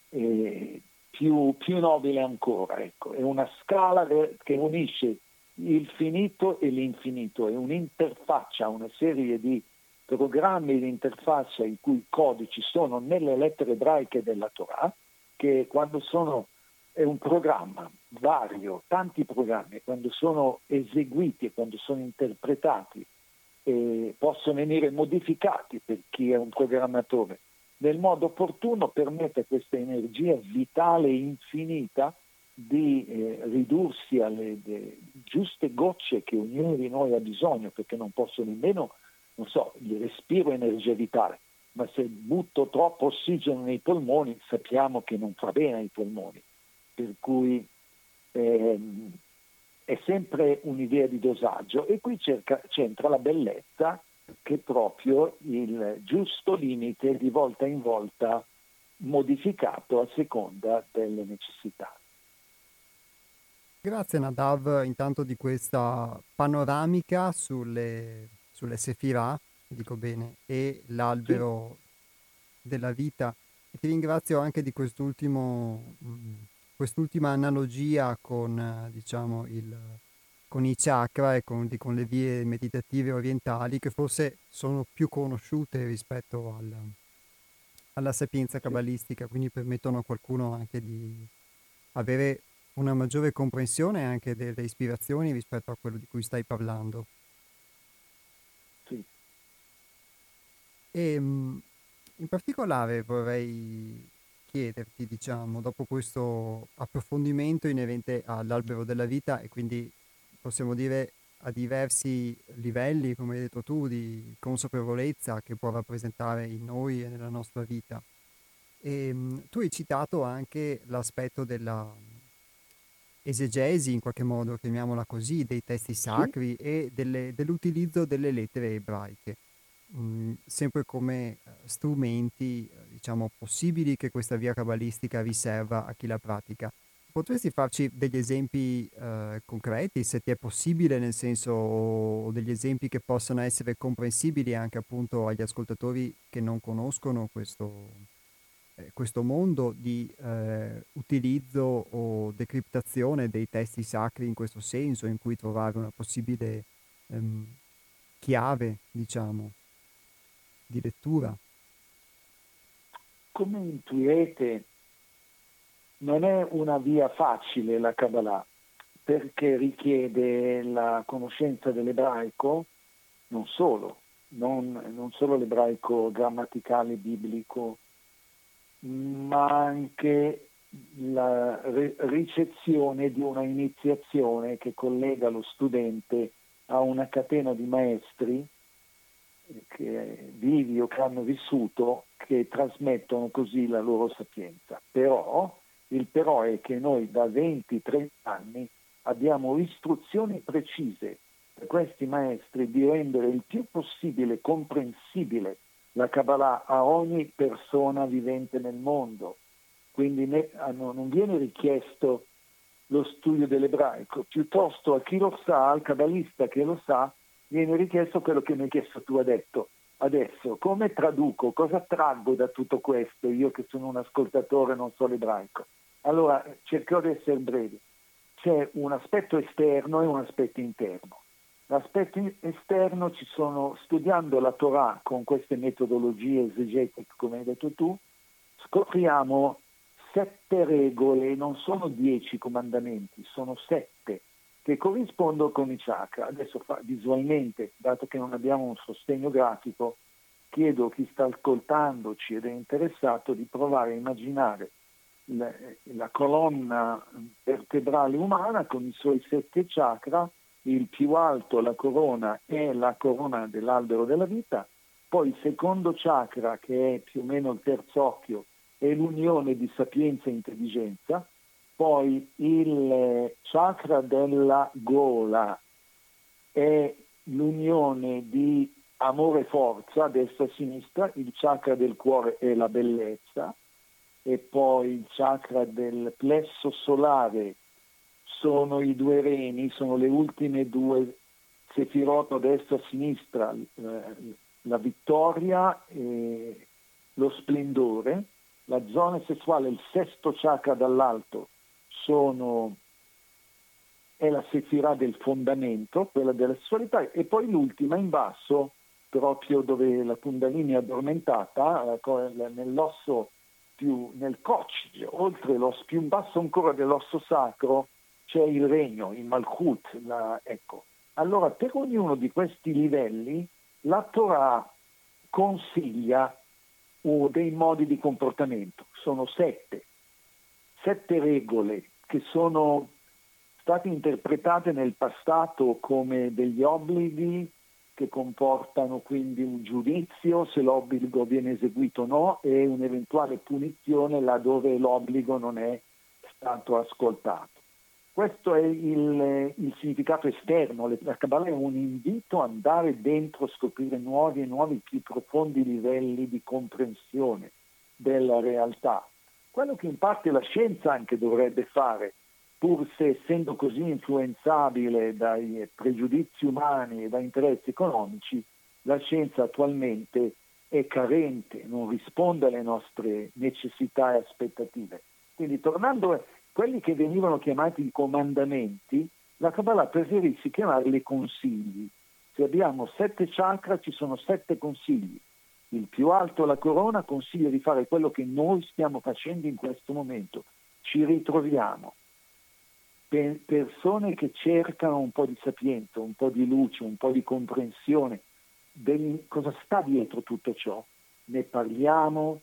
[SPEAKER 2] più nobile ancora. Ecco. È una scala che unisce il finito e l'infinito, è un'interfaccia, una serie di programmi di interfaccia i cui codici sono nelle lettere ebraiche della Torah, che quando è un programma vario, tanti programmi, quando sono eseguiti e quando sono interpretati possono venire modificati per chi è un programmatore nel modo opportuno, permette a questa energia vitale e infinita di ridursi alle giuste gocce che ognuno di noi ha bisogno, perché non posso nemmeno, non so, il respiro è energia vitale, ma se butto troppo ossigeno nei polmoni sappiamo che non fa bene ai polmoni, per cui è sempre un'idea di dosaggio, e qui c'entra la bellezza, che è proprio il giusto limite di volta in volta modificato a seconda delle necessità.
[SPEAKER 1] Grazie Nadav intanto di questa panoramica sulle Sefirah, dico bene, e
[SPEAKER 2] Sì,
[SPEAKER 1] l'albero della vita, e ti ringrazio anche di quest'ultima analogia con, diciamo, con i chakra e con le vie meditative orientali, che forse sono più conosciute rispetto alla sapienza
[SPEAKER 2] sì,
[SPEAKER 1] cabalistica, quindi permettono a qualcuno anche di avere una maggiore comprensione anche delle ispirazioni rispetto a quello di cui stai parlando.
[SPEAKER 2] sì.
[SPEAKER 1] E in particolare vorrei chiederti, diciamo, dopo questo approfondimento inerente all'albero della vita, e quindi possiamo dire a diversi livelli, come hai detto tu, di consapevolezza che può rappresentare in noi e nella nostra vita. Tu hai citato anche l'aspetto della esegesi, in qualche modo, chiamiamola così, dei testi
[SPEAKER 2] Sì.
[SPEAKER 1] sacri e dell'utilizzo delle lettere ebraiche, sempre come strumenti, diciamo, possibili che questa via cabalistica riserva a chi la pratica. Potresti farci degli esempi concreti, se ti è possibile, nel senso, o degli esempi che possano essere comprensibili anche appunto agli ascoltatori che non conoscono questo mondo di utilizzo o decriptazione dei testi sacri in questo senso, in cui trovare una possibile ehm, chiave, diciamo, di lettura.
[SPEAKER 2] Come intuirete, non è una via facile la Kabbalah, perché richiede la conoscenza dell'ebraico, non solo, non solo l'ebraico grammaticale biblico, ma anche la ricezione di una iniziazione che collega lo studente a una catena di maestri che vivi o che hanno vissuto, che trasmettono così la loro sapienza. Però il però è che noi da 20-30 anni abbiamo istruzioni precise per questi maestri di rendere il più possibile comprensibile la Kabbalah a ogni persona vivente nel mondo. Quindi non viene richiesto lo studio dell'ebraico, piuttosto a chi lo sa, al kabbalista che lo sa, viene richiesto quello che mi hai chiesto tu adesso. Come traduco? Cosa traggo da tutto questo? Io che sono un ascoltatore non so l'ebraico. Allora cercherò di essere brevi. C'è un aspetto esterno e un aspetto interno. L'aspetto esterno studiando la Torah con queste metodologie esegetiche, come hai detto tu, scopriamo 7 regole, non sono 10 comandamenti, sono 7 che corrispondono con i chakra. Adesso visualmente, dato che non abbiamo un sostegno grafico, chiedo a chi sta ascoltandoci ed è interessato di provare a immaginare la colonna vertebrale umana con i suoi 7 chakra, il più alto, la corona, è la corona dell'albero della vita, poi il secondo chakra, che è più o meno il terzo occhio, è l'unione di sapienza e intelligenza, poi il chakra della gola è l'unione di amore e forza, a destra e a sinistra, il chakra del cuore è la bellezza, e poi il chakra del plesso solare sono i due reni, sono le ultime due sefirot a destra e a sinistra, la vittoria e lo splendore. La zona sessuale, il sesto chakra dall'alto, è la sefirah del fondamento, quella della sessualità, e poi l'ultima in basso, proprio dove la Kundalini è addormentata, nell'osso nel coccige, oltre l'osso, più in basso ancora dell'osso sacro, c'è il regno, il Malchut. Ecco. Allora, per ognuno di questi livelli, la Torah consiglia dei modi di comportamento. Sono sette regole che sono state interpretate nel passato come degli obblighi che comportano quindi un giudizio se l'obbligo viene eseguito o no e un'eventuale punizione laddove l'obbligo non è stato ascoltato. Questo è il significato esterno. La Kabbalah è un invito ad andare dentro, a scoprire nuovi e nuovi più profondi livelli di comprensione della realtà. Quello che in parte la scienza anche dovrebbe fare, pur se essendo così influenzabile dai pregiudizi umani e da interessi economici, la scienza attualmente è carente, non risponde alle nostre necessità e aspettative. Quindi tornando quelli che venivano chiamati i comandamenti, la Kabbalah preferisce chiamarli consigli. Se abbiamo 7 chakra, ci sono 7 consigli. Il più alto, la corona, consiglia di fare quello che noi stiamo facendo in questo momento. Ci ritroviamo. Persone che cercano un po' di sapienza, un po' di luce, un po' di comprensione. Cosa sta dietro tutto ciò? Ne parliamo,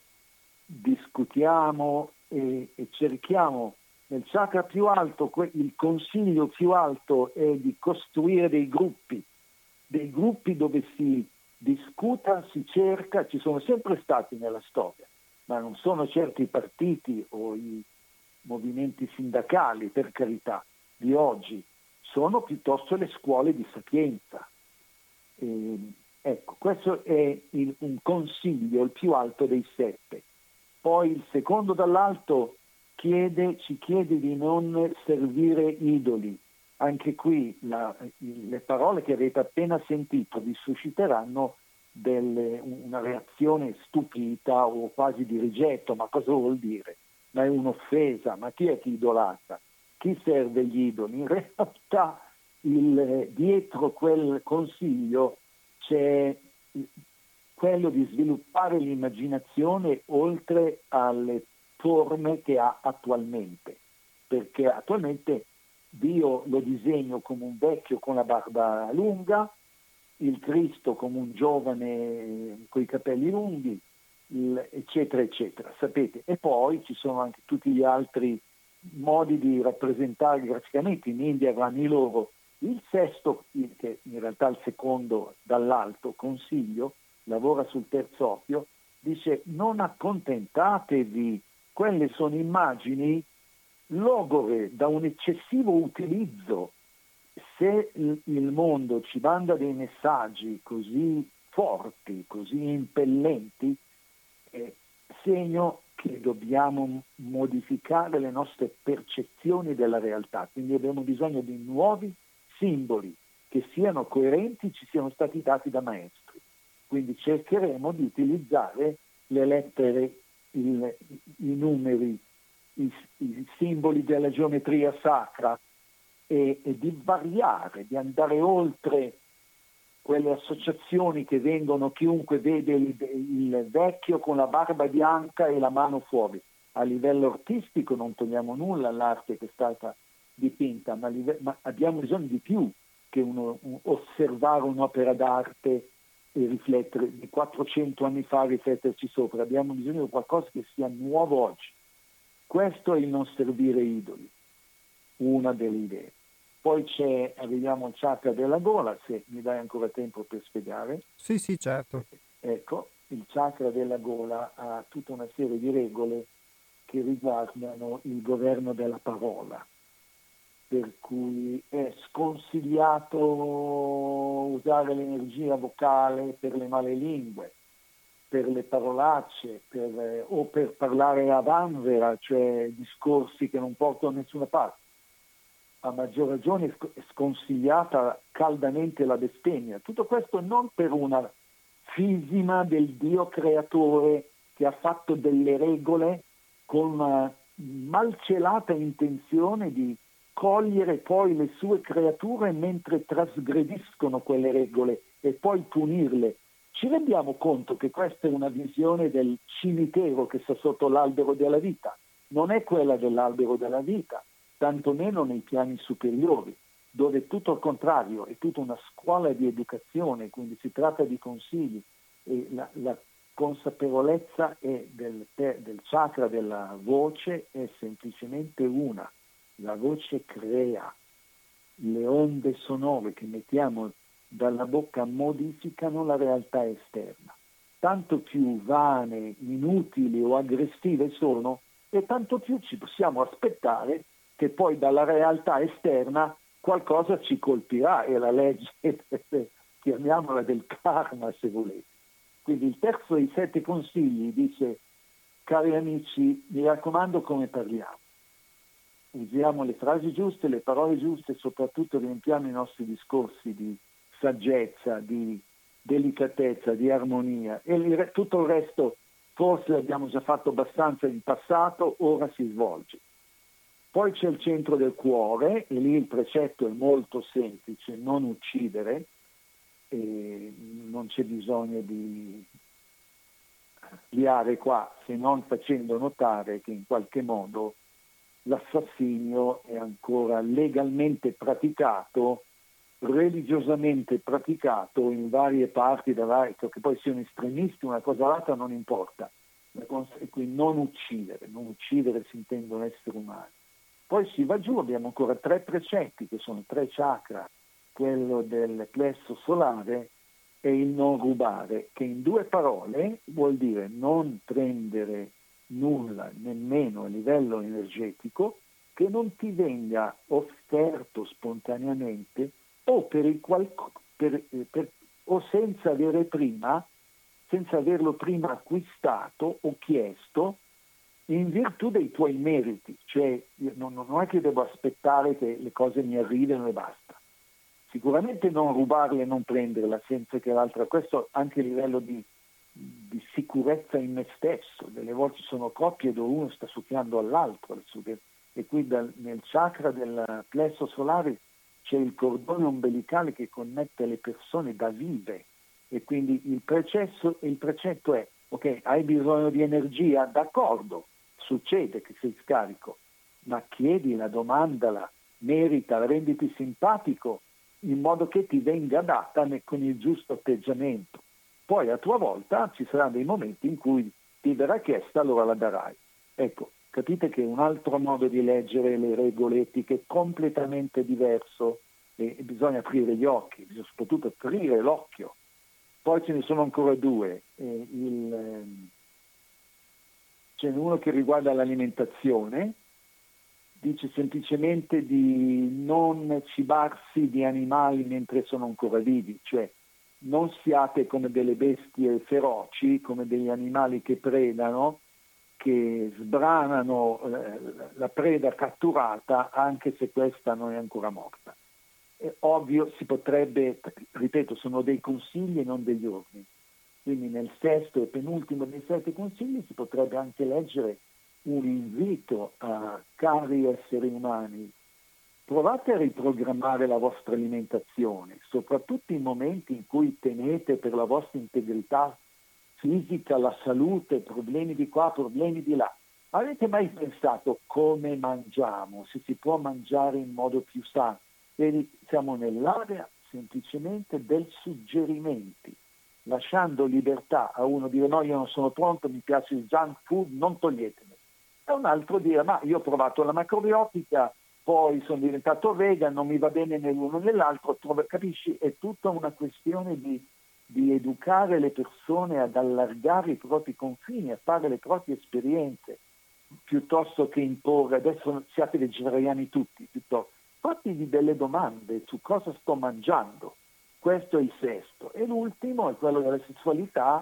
[SPEAKER 2] discutiamo e cerchiamo. Nel chakra più alto, il consiglio più alto è di costruire dei gruppi dove si discuta, si cerca, ci sono sempre stati nella storia, ma non sono certi i partiti o i movimenti sindacali, per carità, di oggi, sono piuttosto le scuole di sapienza. Ecco, questo è un consiglio, il più alto dei 7. Poi il secondo dall'alto ci chiede di non servire idoli. Anche qui le parole che avete appena sentito vi susciteranno una reazione stupita o quasi di rigetto. Ma cosa vuol dire? Ma è un'offesa, ma chi è che idolatra? Chi serve gli idoli? In realtà dietro quel consiglio c'è quello di sviluppare l'immaginazione oltre alle forme che ha attualmente, perché attualmente Dio lo disegno come un vecchio con la barba lunga, il Cristo come un giovane con i capelli lunghi, eccetera eccetera, sapete. E poi ci sono anche tutti gli altri modi di rappresentare graficamente. In India avranno i loro. Il sesto, che in realtà è il secondo dall'alto consiglio, lavora sul terzo occhio, dice: non accontentatevi, quelle sono immagini logore da un eccessivo utilizzo. Se il mondo ci manda dei messaggi così forti, così impellenti, è segno che dobbiamo modificare le nostre percezioni della realtà. Quindi abbiamo bisogno di nuovi simboli che siano coerenti, ci siano stati dati da maestri. Quindi cercheremo di utilizzare le lettere, i numeri, i simboli della geometria sacra e di variare, di andare oltre quelle associazioni che vengono, chiunque vede il vecchio con la barba bianca e la mano fuori. A livello artistico non togliamo nulla all'arte che è stata dipinta, ma abbiamo bisogno di più che osservare un'opera d'arte e riflettere di 400 anni fa, rifletterci sopra. Abbiamo bisogno di qualcosa che sia nuovo oggi. Questo è il non servire idoli, una delle idee. Poi arriviamo al chakra della gola, se mi dai ancora tempo per spiegare.
[SPEAKER 1] Sì, certo.
[SPEAKER 2] Ecco, il chakra della gola ha tutta una serie di regole che riguardano il governo della parola, per cui è sconsigliato usare l'energia vocale per le male lingue, per le parolacce, o per parlare a vanvera, cioè discorsi che non portano da nessuna parte. A maggior ragione è sconsigliata caldamente la bestemmia. Tutto questo non per una fisima del Dio creatore che ha fatto delle regole con una malcelata intenzione di cogliere poi le sue creature mentre trasgrediscono quelle regole e poi punirle. Ci rendiamo conto che questa è una visione del cimitero che sta sotto l'albero della vita, non è quella dell'albero della vita, tantomeno nei piani superiori, dove tutto al contrario è tutta una scuola di educazione, quindi si tratta di consigli e la consapevolezza del chakra della voce è semplicemente una. La voce crea, le onde sonore che mettiamo dalla bocca modificano la realtà esterna. Tanto più vane, inutili o aggressive sono, e tanto più ci possiamo aspettare che poi dalla realtà esterna qualcosa ci colpirà, è la legge, chiamiamola del karma se volete. Quindi il terzo dei 7 consigli dice: cari amici, mi raccomando come parliamo. Usiamo le frasi giuste, le parole giuste, soprattutto riempiamo i nostri discorsi di saggezza, di delicatezza, di armonia, e tutto il resto forse l'abbiamo già fatto abbastanza in passato, ora si svolge. Poi c'è il centro del cuore, e lì il precetto è molto semplice: non uccidere, e non c'è bisogno di liare qua, se non facendo notare che in qualche modo l'assassinio è ancora legalmente praticato, religiosamente praticato in varie parti che poi siano estremisti, una cosa o l'altra non importa. E quindi non uccidere si intendono esseri umani. Poi si va giù, abbiamo ancora 3 precetti che sono 3 chakra, quello del plesso solare e il non rubare, che in 2 parole vuol dire non prendere nulla, nemmeno a livello energetico, che non ti venga offerto spontaneamente o o senza averlo prima acquistato o chiesto in virtù dei tuoi meriti. Cioè non è che devo aspettare che le cose mi arrivino e basta. Sicuramente non rubarle e non prenderla senza che l'altra, questo anche a livello di sicurezza in me stesso. Delle volte ci sono coppie dove uno sta succhiando all'altro, e qui nel chakra del plesso solare c'è il cordone ombelicale che connette le persone da vive, e quindi il precetto è: ok, hai bisogno di energia? D'accordo, succede che sei scarico, ma chiedila, domandala, meritala, renditi simpatico in modo che ti venga data con il giusto atteggiamento. Poi a tua volta ci saranno dei momenti in cui ti verrà chiesta, allora la darai. Ecco, capite che è un altro modo di leggere le regole etiche completamente diverso, e bisogna aprire gli occhi, bisogna soprattutto aprire l'occhio. Poi ce ne sono ancora 2. Ce n'è uno che riguarda l'alimentazione, dice semplicemente di non cibarsi di animali mentre sono ancora vivi, cioè non siate come delle bestie feroci, come degli animali che predano, che sbranano la preda catturata anche se questa non è ancora morta. È ovvio, si potrebbe, ripeto, sono dei consigli e non degli ordini. Quindi nel 6° e penultimo dei 7 consigli si potrebbe anche leggere un invito a cari esseri umani: provate a riprogrammare la vostra alimentazione, soprattutto in momenti in cui temete per la vostra integrità fisica, la salute, problemi di qua, problemi di là. Avete mai pensato come mangiamo, se si può mangiare in modo più sano? Vedi, siamo nell'area semplicemente del suggerimenti, lasciando libertà a uno dire: no, io non sono pronto, mi piace il junk food, non toglietemi. E un altro dire: ma io ho provato la macrobiotica, poi sono diventato vegan, non mi va bene né l'uno né l'altro. Capisci? È tutta una questione di educare le persone ad allargare i propri confini, a fare le proprie esperienze, piuttosto che imporre. Adesso siate vegetariani tutti, piuttosto fatevi delle domande su cosa sto mangiando. Questo è il 6. E l'ultimo è quello della sessualità,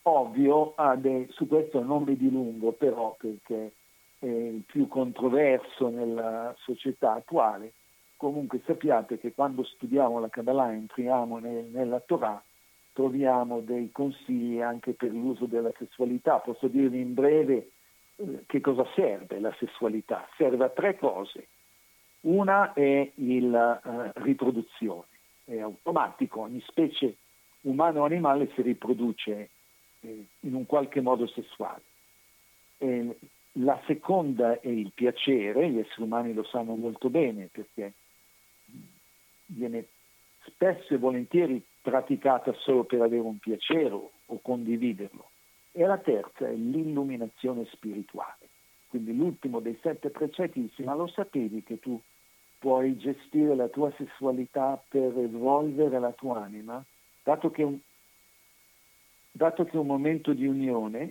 [SPEAKER 2] ovvio, su questo non mi dilungo però perché è il più controverso nella società attuale. Comunque sappiate che quando studiamo la Kabbalah, entriamo nella Torah, troviamo dei consigli anche per l'uso della sessualità. Posso dirvi in breve che cosa serve la sessualità? Serve a tre cose. Una è la riproduzione, è automatico, ogni specie umana o animale si riproduce in un qualche modo sessuale. La seconda è il piacere, gli esseri umani lo sanno molto bene perché viene spesso e volentieri praticata solo per avere un piacere o condividerlo. E la terza è l'illuminazione spirituale. Quindi l'ultimo dei 7 precetti dice: ma lo sapevi che tu puoi gestire la tua sessualità per evolvere la tua anima? Dato che è un momento di unione,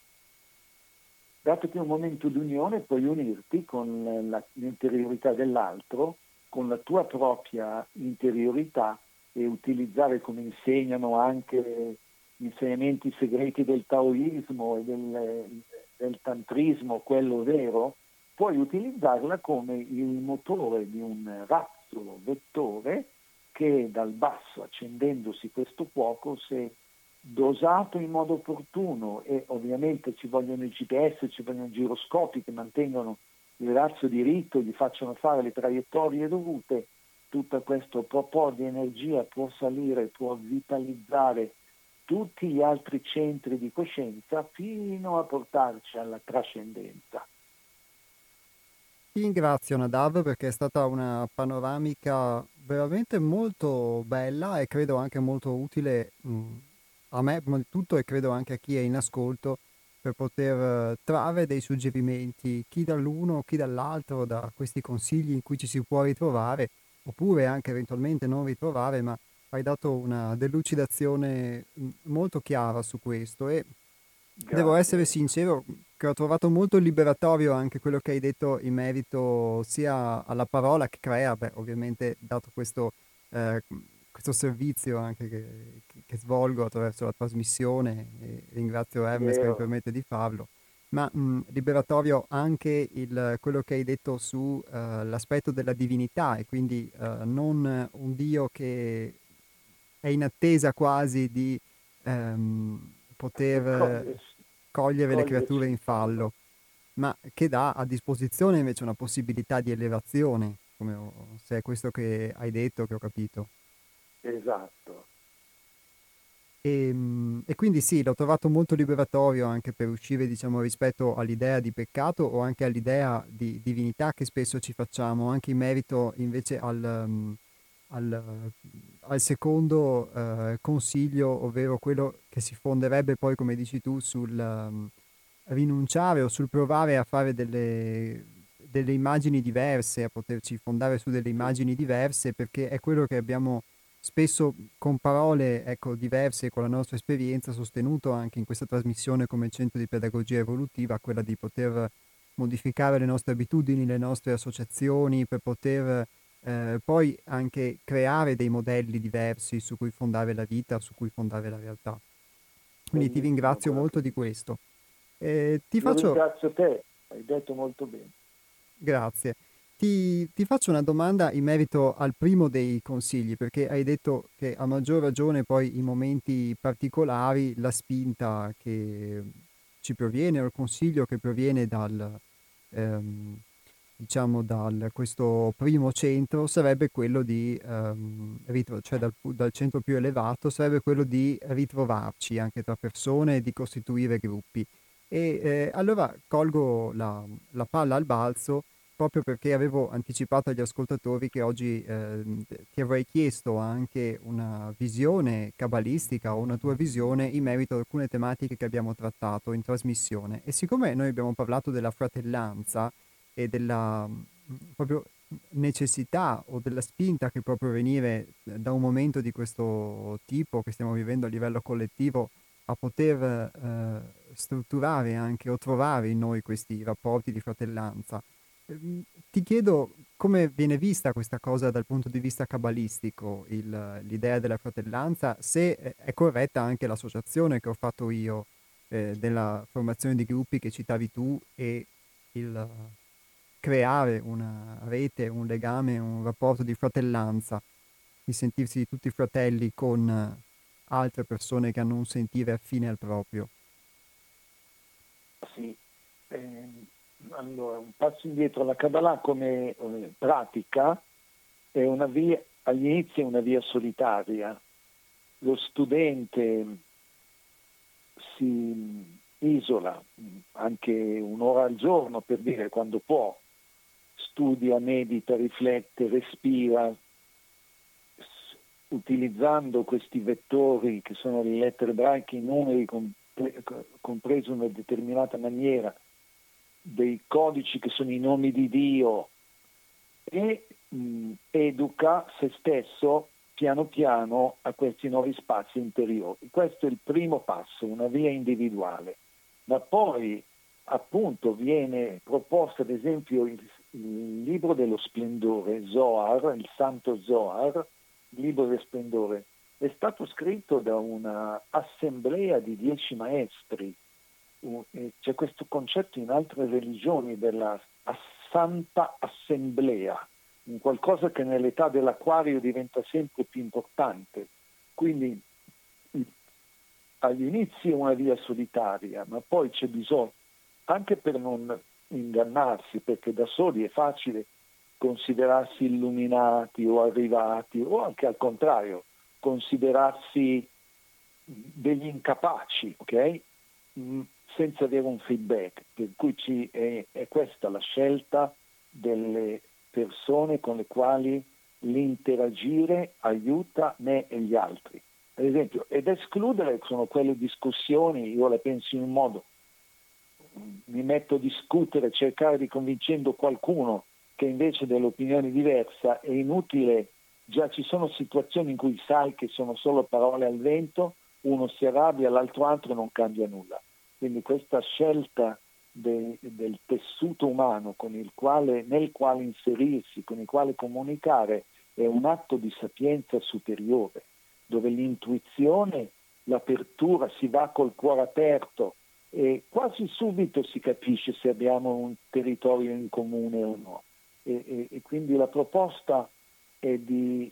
[SPEAKER 2] puoi unirti con l'interiorità dell'altro, con la tua propria interiorità, e utilizzare, come insegnano anche gli insegnamenti segreti del taoismo e del tantrismo, quello vero, puoi utilizzarla come il motore di un razzo vettore che dal basso, accendendosi questo fuoco, se dosato in modo opportuno, e ovviamente ci vogliono i GPS, ci vogliono i giroscopi che mantengono il razzo diritto, gli facciano fare le traiettorie dovute, tutto questo po' di energia può salire, può vitalizzare tutti gli altri centri di coscienza fino a portarci alla trascendenza.
[SPEAKER 1] Ti ringrazio Nadav perché è stata una panoramica veramente molto bella e credo anche molto utile a me prima di tutto, e credo anche a chi è in ascolto, per poter trarre dei suggerimenti, chi dall'uno, chi dall'altro, da questi consigli in cui ci si può ritrovare, oppure anche eventualmente non ritrovare, ma hai dato una delucidazione molto chiara su questo. E devo essere
[SPEAKER 2] Grazie.
[SPEAKER 1] sincero che ho trovato molto liberatorio anche quello che hai detto in merito sia alla parola che crea, beh, ovviamente dato questo servizio anche che svolgo attraverso la trasmissione, e ringrazio Hermes che mi
[SPEAKER 2] Vero.
[SPEAKER 1] permette di farlo, ma liberatorio anche quello che hai detto su l'aspetto della divinità, e quindi non un Dio che è in attesa quasi di poter cogliere le creature
[SPEAKER 2] Coglierci.
[SPEAKER 1] in fallo, ma che dà a disposizione invece una possibilità di elevazione, se è questo che hai detto, che ho capito.
[SPEAKER 2] Esatto.
[SPEAKER 1] E quindi sì, l'ho trovato molto liberatorio anche per uscire, diciamo, rispetto all'idea di peccato o anche all'idea di divinità che spesso ci facciamo, anche in merito invece al, al secondo consiglio, ovvero quello che si fonderebbe poi, come dici tu, sul rinunciare o sul provare a fare delle immagini diverse, a poterci fondare su delle
[SPEAKER 2] Sì.
[SPEAKER 1] immagini diverse, perché è quello che abbiamo spesso con parole, ecco, diverse, con la nostra esperienza, sostenuto anche in questa trasmissione come centro di pedagogia evolutiva, quella di poter modificare le nostre abitudini, le nostre associazioni, per poter poi anche creare dei modelli diversi su cui fondare la vita, su cui fondare la realtà. Quindi ti
[SPEAKER 2] Bellissimo
[SPEAKER 1] ringrazio
[SPEAKER 2] quello che
[SPEAKER 1] molto di
[SPEAKER 2] dici.
[SPEAKER 1] questo. Ti
[SPEAKER 2] Io
[SPEAKER 1] faccio,
[SPEAKER 2] ringrazio te, hai detto molto bene.
[SPEAKER 1] grazie. Ti faccio una domanda in merito al primo dei consigli, perché hai detto che a maggior ragione poi in momenti particolari la spinta che ci proviene, o il consiglio che proviene ehm, diciamo dal questo primo centro, sarebbe quello di, cioè dal centro più elevato, sarebbe quello di ritrovarci anche tra persone e di costituire gruppi. E allora colgo la palla al balzo, proprio perché avevo anticipato agli ascoltatori che oggi ti avrei chiesto anche una visione cabalistica o una tua visione in merito ad alcune tematiche che abbiamo trattato in trasmissione. E siccome noi abbiamo parlato della fratellanza e della proprio necessità o della spinta che può provenire da un momento di questo tipo che stiamo vivendo a livello collettivo, a poter strutturare anche o trovare in noi questi rapporti di fratellanza. Ti chiedo come viene vista questa cosa dal punto di vista cabalistico, l'idea della fratellanza, se è corretta anche l'associazione che ho fatto io della formazione di gruppi che citavi tu e il creare una rete, un legame, un rapporto di fratellanza, di sentirsi tutti fratelli con altre persone che hanno un sentire affine al proprio.
[SPEAKER 2] Sì, allora un passo indietro, la Kabbalah come pratica è una via, agli inizi è una via solitaria. Lo studente si isola anche un'ora al giorno, per dire, quando può, studia, medita, riflette, respira, utilizzando questi vettori che sono le lettere ebraiche, i numeri compresi in una determinata maniera, dei codici che sono i nomi di Dio, e educa se stesso piano piano a questi nuovi spazi interiori. Questo è il primo passo, una via individuale, ma poi appunto viene proposto ad esempio il libro dello splendore, Zohar, il santo Zohar, il libro del splendore, è stato scritto da una assemblea di 10 maestri. C'è questo concetto in altre religioni della Santa Assemblea, un qualcosa che nell'età dell'Aquario diventa sempre più importante. Quindi agli inizi è una via solitaria, ma poi c'è bisogno, anche per non ingannarsi, perché da soli è facile considerarsi illuminati o arrivati, o anche al contrario, considerarsi degli incapaci, ok? Senza avere un feedback, per cui è questa la scelta delle persone con le quali l'interagire aiuta me e gli altri. Ad esempio, ed escludere sono quelle discussioni, io la penso in un modo, mi metto a discutere, cercare di convincendo qualcuno che invece dell'opinione diversa, è inutile, già ci sono situazioni in cui sai che sono solo parole al vento, uno si arrabbia, l'altro altro non cambia nulla. Quindi questa scelta del tessuto umano nel quale inserirsi, con il quale comunicare, è un atto di sapienza superiore, dove l'intuizione, l'apertura, si va col cuore aperto e quasi subito si capisce se abbiamo un territorio in comune o no. E quindi la proposta è di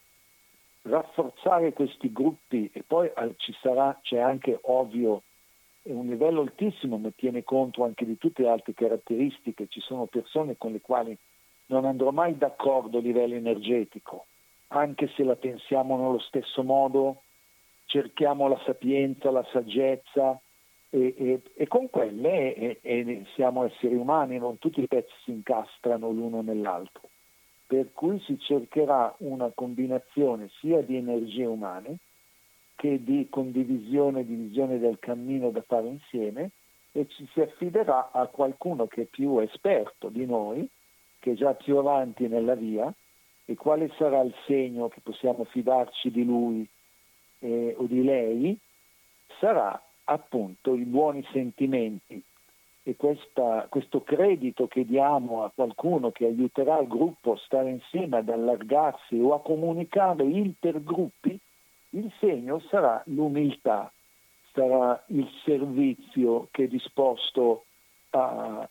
[SPEAKER 2] rafforzare questi gruppi, e poi c'è anche ovvio è un livello altissimo, ma tiene conto anche di tutte le altre caratteristiche. Ci sono persone con le quali non andrò mai d'accordo a livello energetico, anche se la pensiamo nello stesso modo, cerchiamo la sapienza, la saggezza, e con quelle siamo esseri umani, non tutti i pezzi si incastrano l'uno nell'altro. Per cui si cercherà una combinazione sia di energie umane che di condivisione e di visione del cammino da fare insieme, e ci si affiderà a qualcuno che è più esperto di noi, che è già più avanti nella via, e quale sarà il segno che possiamo fidarci di lui o di lei, sarà appunto i buoni sentimenti e questo credito che diamo a qualcuno che aiuterà il gruppo a stare insieme, ad allargarsi o a comunicare intergruppi. Il segno sarà l'umiltà, sarà il servizio che è disposto a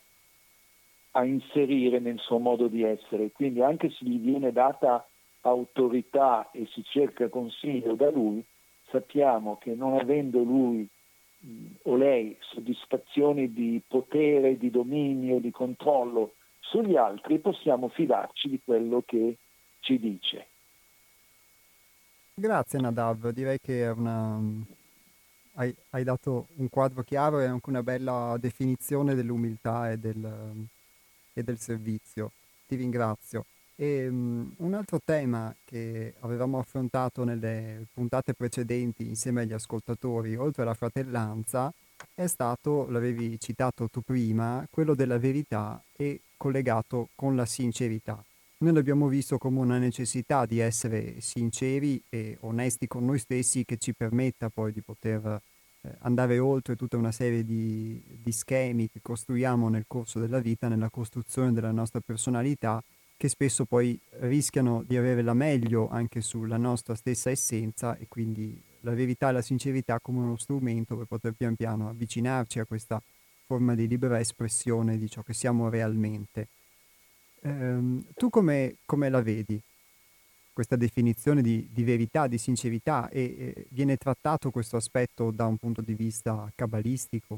[SPEAKER 2] inserire nel suo modo di essere. Quindi anche se gli viene data autorità e si cerca consiglio da lui, sappiamo che non avendo lui o lei soddisfazioni di potere, di dominio, di controllo sugli altri, possiamo fidarci di quello che ci dice.
[SPEAKER 1] Grazie Nadav, direi che hai dato un quadro chiaro e anche una bella definizione dell'umiltà e del servizio. Ti ringrazio. Un altro tema che avevamo affrontato nelle puntate precedenti insieme agli ascoltatori, oltre alla fratellanza, è stato, l'avevi citato tu prima, quello della verità e collegato con la sincerità. Noi l'abbiamo visto come una necessità di essere sinceri e onesti con noi stessi, che ci permetta poi di poter andare oltre tutta una serie di schemi che costruiamo nel corso della vita, nella costruzione della nostra personalità, che spesso poi rischiano di avere la meglio anche sulla nostra stessa essenza, e quindi la verità e la sincerità come uno strumento per poter pian piano avvicinarci a questa forma di libera espressione di ciò che siamo realmente. Tu come la vedi, questa definizione di verità, di sincerità, e viene trattato questo aspetto da un punto di vista cabalistico?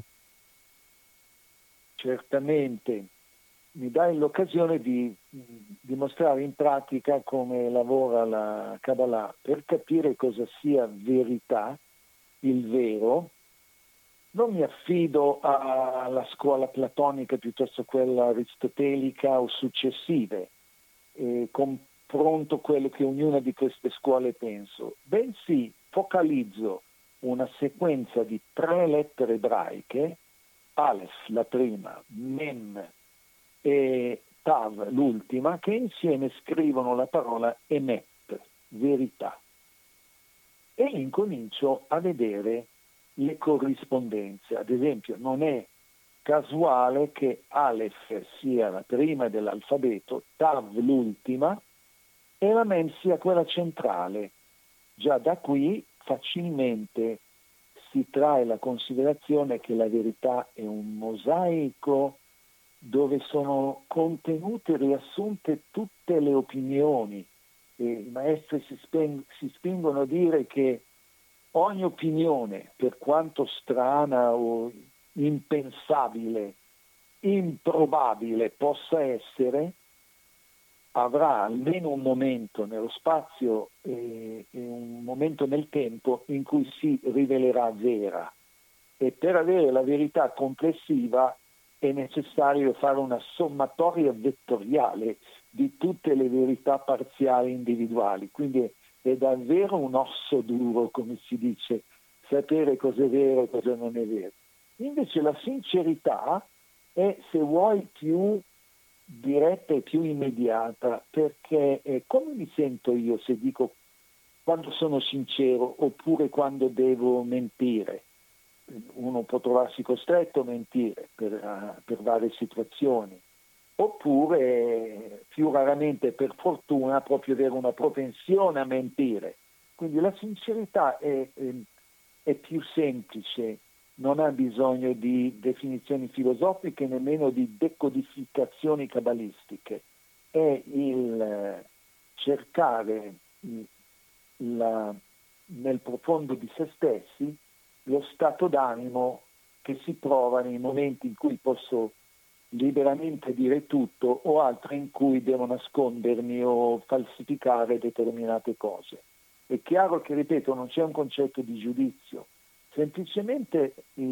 [SPEAKER 2] Certamente mi dai l'occasione di dimostrare in pratica come lavora la Kabbalah per capire cosa sia verità, il vero. Non mi affido alla scuola platonica piuttosto quella aristotelica o successive, confronto quello che ognuna di queste scuole penso, bensì focalizzo una sequenza di 3 lettere ebraiche, Aleph la prima, Mem e Tav l'ultima, che insieme scrivono la parola Emet, verità. E incomincio a vedere le corrispondenze. Ad esempio, non è casuale che Aleph sia la prima dell'alfabeto, Tav l'ultima e la Mem sia quella centrale. Già da qui facilmente si trae la considerazione che la verità è un mosaico dove sono contenute e riassunte tutte le opinioni. E i maestri si spingono a dire che ogni opinione, per quanto strana o impensabile, improbabile possa essere, avrà almeno un momento nello spazio e un momento nel tempo in cui si rivelerà vera. E per avere la verità complessiva è necessario fare una sommatoria vettoriale di tutte le verità parziali individuali. Quindi è davvero un osso duro, come si dice, sapere cosa è vero e cosa non è vero. Invece la sincerità è, se vuoi, più diretta e più immediata, perché come mi sento io se dico quando sono sincero oppure quando devo mentire? Uno può trovarsi costretto a mentire per varie situazioni, oppure più raramente, per fortuna, proprio avere una propensione a mentire. Quindi la sincerità è più semplice, non ha bisogno di definizioni filosofiche, nemmeno di decodificazioni cabalistiche. È il cercare nel profondo di se stessi lo stato d'animo che si prova nei momenti in cui posso liberamente dire tutto o altri in cui devo nascondermi o falsificare determinate cose. È chiaro che, ripeto, non c'è un concetto di giudizio, semplicemente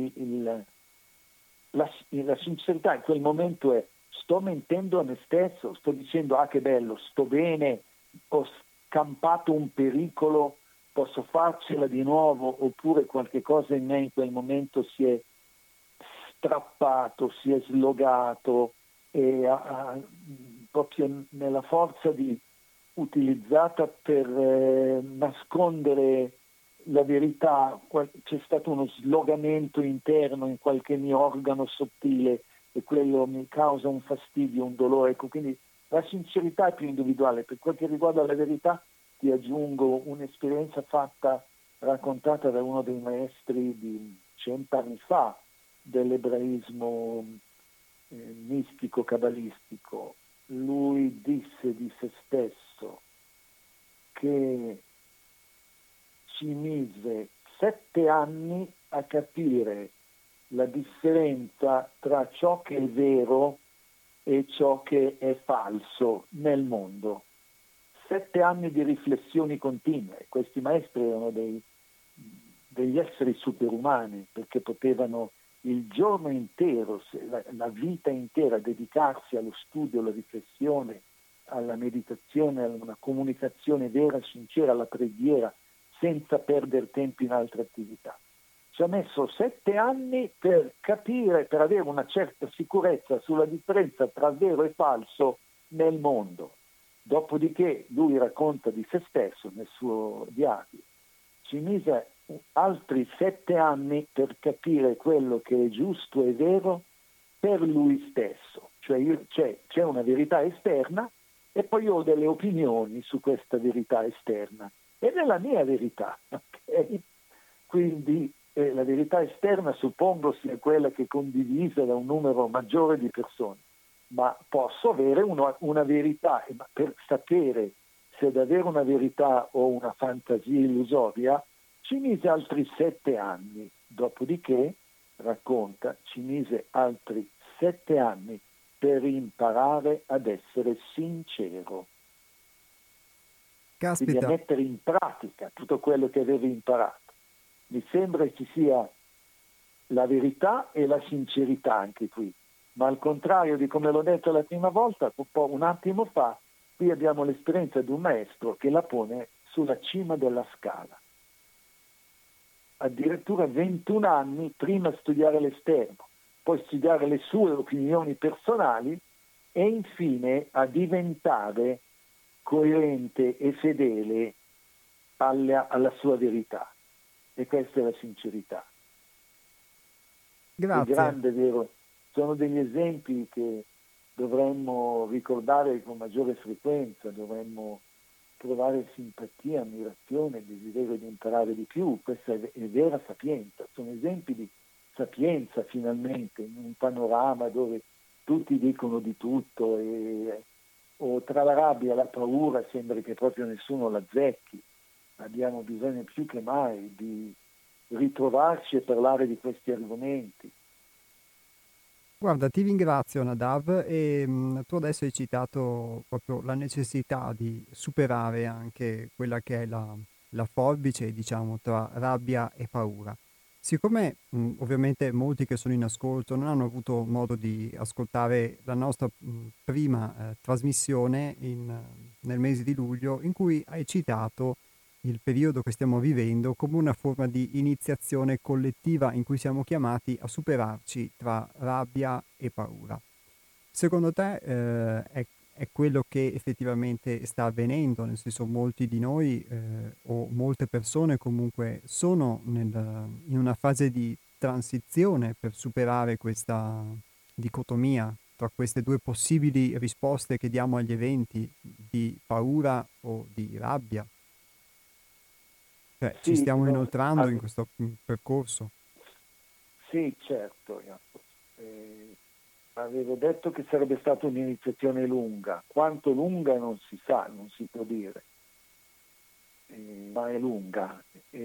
[SPEAKER 2] la sincerità in quel momento è: sto mentendo a me stesso, sto dicendo che bello, sto bene, ho scampato un pericolo, posso farcela di nuovo, oppure qualche cosa in me in quel momento si è strappato, si è slogato e proprio nella forza utilizzata per nascondere la verità, c'è stato uno slogamento interno in qualche mio organo sottile e quello mi causa un fastidio, un dolore. Ecco, quindi la sincerità è più individuale. Per quel che riguarda la verità ti aggiungo un'esperienza raccontata da uno dei maestri di 100 anni fa dell'ebraismo mistico cabalistico. Lui disse di se stesso che ci mise 7 anni a capire la differenza tra ciò che è vero e ciò che è falso nel mondo. 7 anni di riflessioni continue. Questi maestri erano degli esseri superumani, perché potevano il giorno intero, la vita intera, dedicarsi allo studio, alla riflessione, alla meditazione, a una comunicazione vera, sincera, alla preghiera, senza perdere tempo in altre attività. Ci ha messo 7 anni per capire, per avere una certa sicurezza sulla differenza tra vero e falso nel mondo. Dopodiché lui racconta di se stesso nel suo diario. Ci mise altri 7 anni per capire quello che è giusto e vero per lui stesso. Cioè c'è una verità esterna e poi io ho delle opinioni su questa verità esterna ed è la mia verità, ok? Quindi la verità esterna suppongo sia quella che è condivisa da un numero maggiore di persone, ma posso avere una verità, e per sapere se è davvero una verità o una fantasia illusoria ci mise altri 7 anni, dopodiché, racconta, ci mise altri 7 anni per imparare ad essere sincero, quindi a
[SPEAKER 1] Caspita,
[SPEAKER 2] mettere in pratica tutto quello che avevo imparato. Mi sembra che ci sia la verità e la sincerità anche qui, ma al contrario di come l'ho detto la prima volta, un attimo fa, qui abbiamo l'esperienza di un maestro che la pone sulla cima della scala. Addirittura 21 anni prima studiare l'esterno, poi studiare le sue opinioni personali e infine a diventare coerente e fedele alla sua verità. E questa è la sincerità. È
[SPEAKER 1] grazie.
[SPEAKER 2] grande, vero? Sono degli esempi che dovremmo ricordare con maggiore frequenza, dovremmo provare simpatia, ammirazione, desiderio di imparare di più. Questa è vera sapienza, sono esempi di sapienza finalmente, in un panorama dove tutti dicono di tutto o tra la rabbia e la paura sembra che proprio nessuno la azzecchi. Abbiamo bisogno più che mai di ritrovarci e parlare di questi argomenti.
[SPEAKER 1] Guarda, ti ringrazio Nadav e tu adesso hai citato proprio la necessità di superare anche quella che è la forbice, diciamo, tra rabbia e paura. Siccome ovviamente molti che sono in ascolto non hanno avuto modo di ascoltare la nostra prima trasmissione nel mese di luglio, in cui hai citato il periodo che stiamo vivendo come una forma di iniziazione collettiva in cui siamo chiamati a superarci tra rabbia e paura. Secondo te è quello che effettivamente sta avvenendo? Nel senso, molti di noi o molte persone comunque sono in una fase di transizione per superare questa dicotomia tra queste due possibili risposte che diamo agli eventi di paura o di rabbia. Cioè, ci
[SPEAKER 2] Sì,
[SPEAKER 1] stiamo
[SPEAKER 2] no,
[SPEAKER 1] inoltrando in questo percorso.
[SPEAKER 2] sì, certo. Avevo detto che sarebbe stata un'iniziazione lunga. Quanto lunga non si sa, non si può dire, ma è lunga.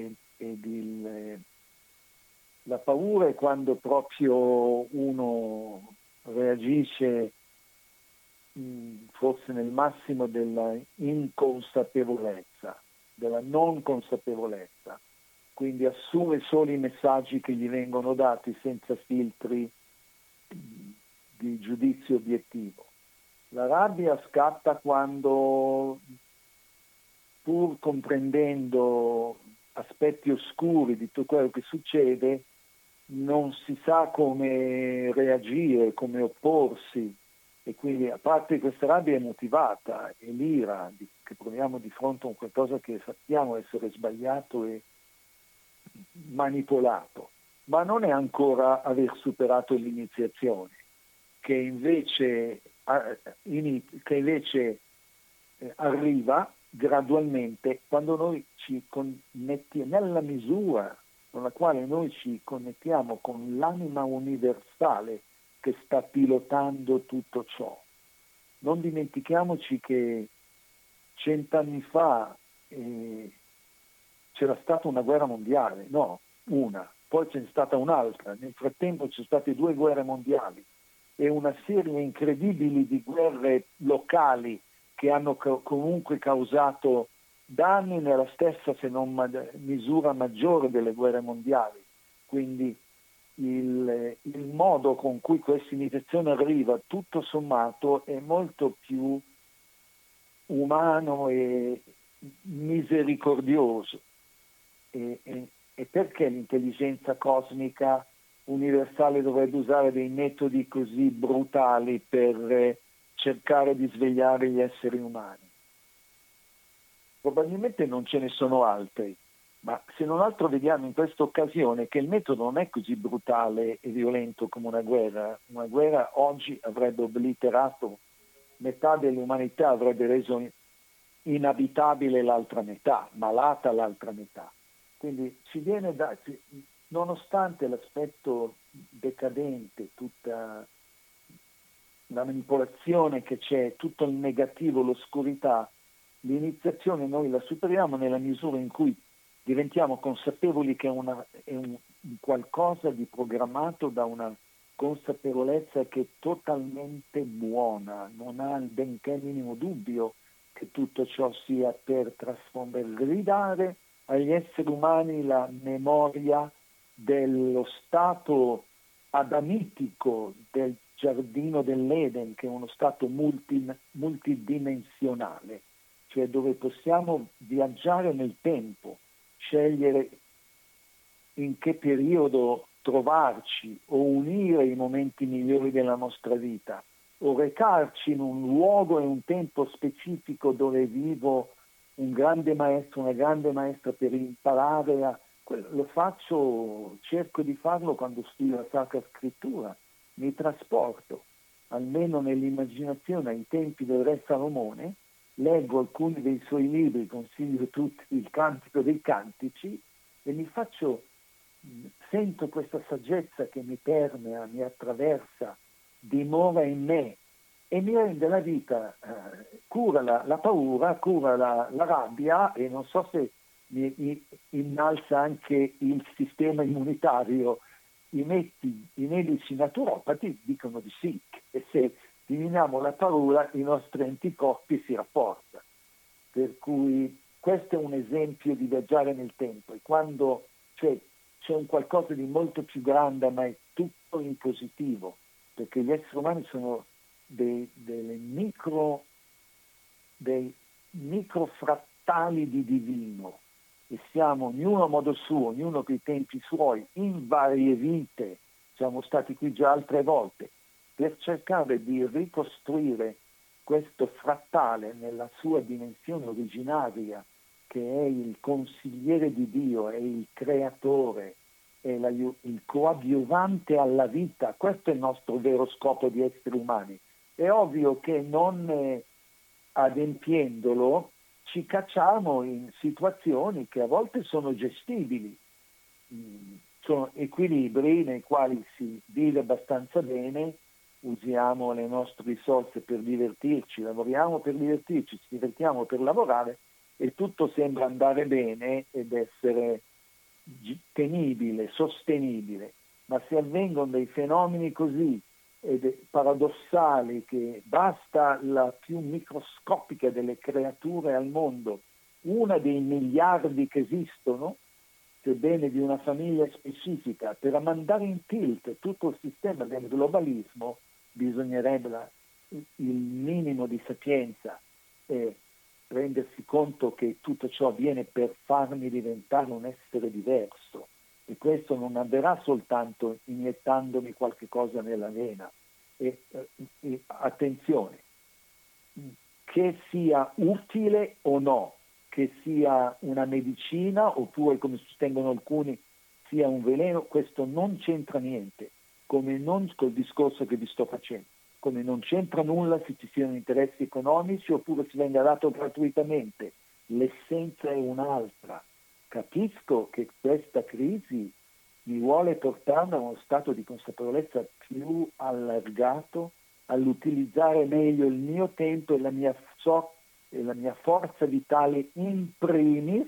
[SPEAKER 2] La paura è quando proprio uno reagisce forse nel massimo della inconsapevolezza, della non consapevolezza, quindi assume solo i messaggi che gli vengono dati senza filtri di giudizio obiettivo. La rabbia scatta quando, pur comprendendo aspetti oscuri di tutto quello che succede, non si sa come reagire, come opporsi, e quindi a parte questa rabbia motivata e l'ira che proviamo di fronte a qualcosa che sappiamo essere sbagliato e manipolato, ma non è ancora aver superato l'iniziazione, che invece arriva gradualmente quando noi ci connettiamo, nella misura con la quale noi ci connettiamo con l'anima universale che sta pilotando tutto ciò. Non dimentichiamoci che 100 anni fa c'era stata una guerra mondiale, no, una, poi c'è stata un'altra, nel frattempo ci sono state 2 guerre mondiali e una serie incredibile di guerre locali che hanno comunque causato danni nella stessa, se non misura maggiore, delle guerre mondiali. Quindi il modo con cui questa iniziazione arriva, tutto sommato, è molto più umano e misericordioso. E perché l'intelligenza cosmica universale dovrebbe usare dei metodi così brutali per cercare di svegliare gli esseri umani? Probabilmente non ce ne sono altri, ma se non altro vediamo in questa occasione che il metodo non è così brutale e violento come una guerra. Una guerra oggi avrebbe obliterato metà dell'umanità avrebbe reso inabitabile l'altra metà, malata l'altra metà. Quindi nonostante l'aspetto decadente, tutta la manipolazione che c'è, tutto il negativo, l'oscurità, l'iniziazione noi la superiamo nella misura in cui diventiamo consapevoli che è un qualcosa di programmato da una consapevolezza che è totalmente buona, non ha benché minimo dubbio che tutto ciò sia per trasformare, ridare agli esseri umani la memoria dello stato adamitico del giardino dell'Eden, che è uno stato multidimensionale, cioè dove possiamo viaggiare nel tempo, scegliere in che periodo trovarci o unire i momenti migliori della nostra vita o recarci in un luogo e un tempo specifico dove vivo un grande maestro, una grande maestra per imparare lo faccio, cerco di farlo quando studio la Sacra Scrittura, mi trasporto, almeno nell'immaginazione, ai tempi del Re Salomone, leggo alcuni dei suoi libri, consiglio tutti il Cantico dei Cantici e sento questa saggezza che mi permea, mi attraversa, dimora in me e mi rende la vita, cura la paura, cura la rabbia e non so se mi innalza anche il sistema immunitario. I medici naturopati dicono di sì, e se eliminiamo la paura i nostri anticorpi si rafforzano. Per cui questo è un esempio di viaggiare nel tempo, e quando c'è un qualcosa di molto più grande, ma è tutto in positivo, perché gli esseri umani sono dei microfrattali di divino, e siamo ognuno a modo suo, ognuno con i tempi suoi, in varie vite, siamo stati qui già altre volte, per cercare di ricostruire questo frattale nella sua dimensione originaria, che è il consigliere di Dio, è il creatore, è il coadiuvante alla vita. Questo è il nostro vero scopo di esseri umani. È ovvio che non adempiendolo ci cacciamo in situazioni che a volte sono gestibili, sono equilibri nei quali si vive abbastanza bene, usiamo le nostre risorse per divertirci, lavoriamo per divertirci, ci divertiamo per lavorare e tutto sembra andare bene ed essere tenibile, sostenibile. Ma se avvengono dei fenomeni così paradossali, che basta la più microscopica delle creature al mondo, una dei miliardi che esistono, sebbene di una famiglia specifica, per mandare in tilt tutto il sistema del globalismo, bisognerebbe il minimo di sapienza e rendersi conto che tutto ciò avviene per farmi diventare un essere diverso. E questo non avverrà soltanto iniettandomi qualche cosa nella vena. E attenzione, che sia utile o no, che sia una medicina oppure, come sostengono alcuni, sia un veleno, questo non c'entra niente, come non col discorso che vi sto facendo, come non c'entra nulla se ci siano interessi economici oppure si venga dato gratuitamente. L'essenza è un'altra. Capisco che questa crisi mi vuole portare a uno stato di consapevolezza più allargato, all'utilizzare meglio il mio tempo e la mia forza vitale in primis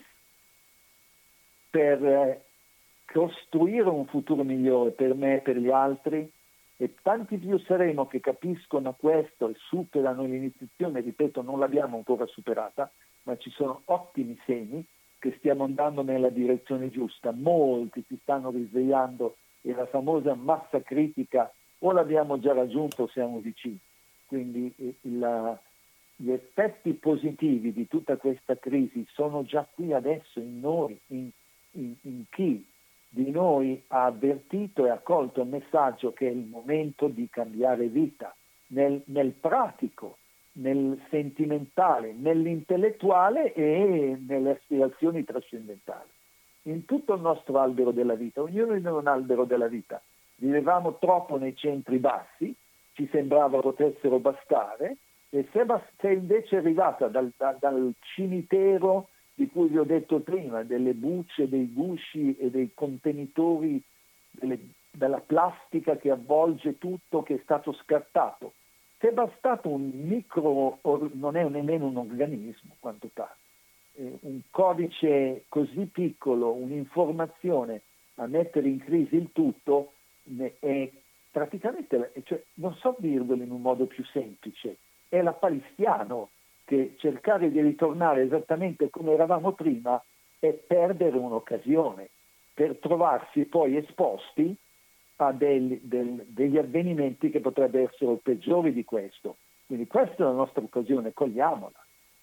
[SPEAKER 2] per costruire un futuro migliore per me e per gli altri, e tanti più saremo che capiscono questo e superano l'iniziazione. Ripeto, non l'abbiamo ancora superata, ma ci sono ottimi segni che stiamo andando nella direzione giusta. Molti si stanno risvegliando e la famosa massa critica o l'abbiamo già raggiunto o siamo vicini. Quindi gli effetti positivi di tutta questa crisi sono già qui adesso in noi, in chi di noi ha avvertito e accolto il messaggio che è il momento di cambiare vita, nel pratico, nel sentimentale, nell'intellettuale e nelle aspirazioni trascendentali. In tutto il nostro albero della vita, ognuno di noi è un albero della vita. Vivevamo troppo nei centri bassi, ci sembrava potessero bastare, E se invece è arrivata dal cimitero di cui vi ho detto prima, delle bucce, dei gusci e dei contenitori, della plastica che avvolge tutto, che è stato scartato, se è bastato un non è nemmeno un organismo, quanto pare, un codice così piccolo, un'informazione a mettere in crisi il tutto, è praticamente, cioè, non so dirvelo in un modo più semplice, è lapalistiano che cercare di ritornare esattamente come eravamo prima è perdere un'occasione per trovarsi poi esposti a degli avvenimenti che potrebbero essere peggiori di questo. Quindi questa è la nostra occasione, cogliamola.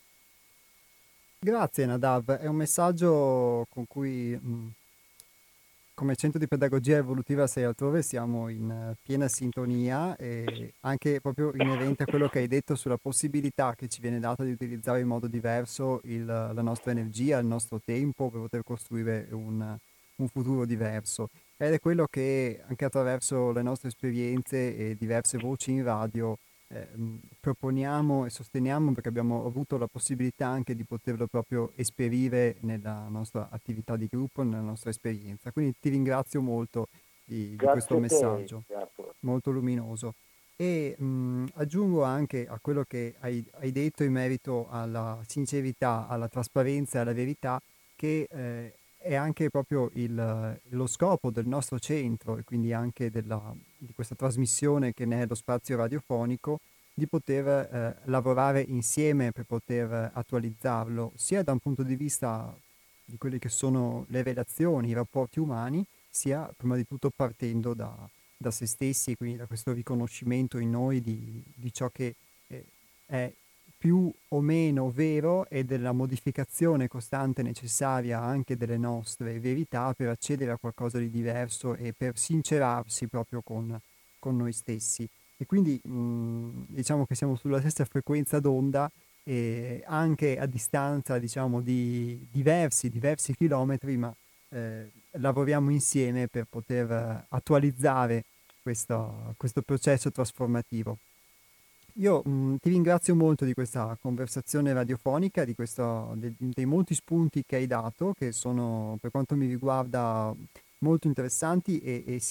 [SPEAKER 1] Grazie Nadav, è un messaggio con cui come Centro di Pedagogia Evolutiva 6 altrove siamo in piena sintonia, e anche proprio inerente a quello che hai detto sulla possibilità che ci viene data di utilizzare in modo diverso la nostra energia, il nostro tempo per poter costruire un futuro diverso. Ed è quello che anche attraverso le nostre esperienze e diverse voci in radio proponiamo e sosteniamo, perché abbiamo avuto la possibilità anche di poterlo proprio esperire nella nostra attività di gruppo, nella nostra esperienza. Quindi ti ringrazio molto di questo
[SPEAKER 2] Grazie a te,
[SPEAKER 1] messaggio,
[SPEAKER 2] Jacopo.
[SPEAKER 1] molto luminoso. E aggiungo anche a quello che hai detto in merito alla sincerità, alla trasparenza e alla verità, che è anche proprio lo scopo del nostro centro, e quindi anche di questa trasmissione che ne è lo spazio radiofonico, di poter lavorare insieme per poter attualizzarlo, sia da un punto di vista di quelle che sono le relazioni, i rapporti umani, sia prima di tutto partendo da se stessi, e quindi da questo riconoscimento in noi di ciò che è più o meno vero, e della modificazione costante necessaria anche delle nostre verità per accedere a qualcosa di diverso e per sincerarsi proprio con noi stessi. E quindi diciamo che siamo sulla stessa frequenza d'onda, e anche a distanza, diciamo, di diversi chilometri, ma lavoriamo insieme per poter attualizzare questo processo trasformativo. Io ti ringrazio molto di questa conversazione radiofonica, dei molti spunti che hai dato, che sono, per quanto mi riguarda, molto interessanti, e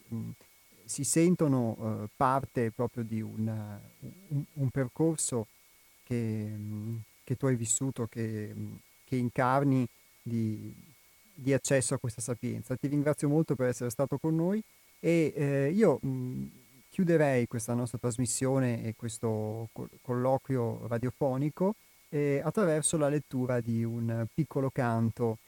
[SPEAKER 1] si sentono parte proprio di un percorso che tu hai vissuto, che incarni, di, di accesso a questa sapienza. Ti ringrazio molto per essere stato con noi, e io chiuderei questa nostra trasmissione e questo colloquio radiofonico attraverso la lettura di un piccolo canto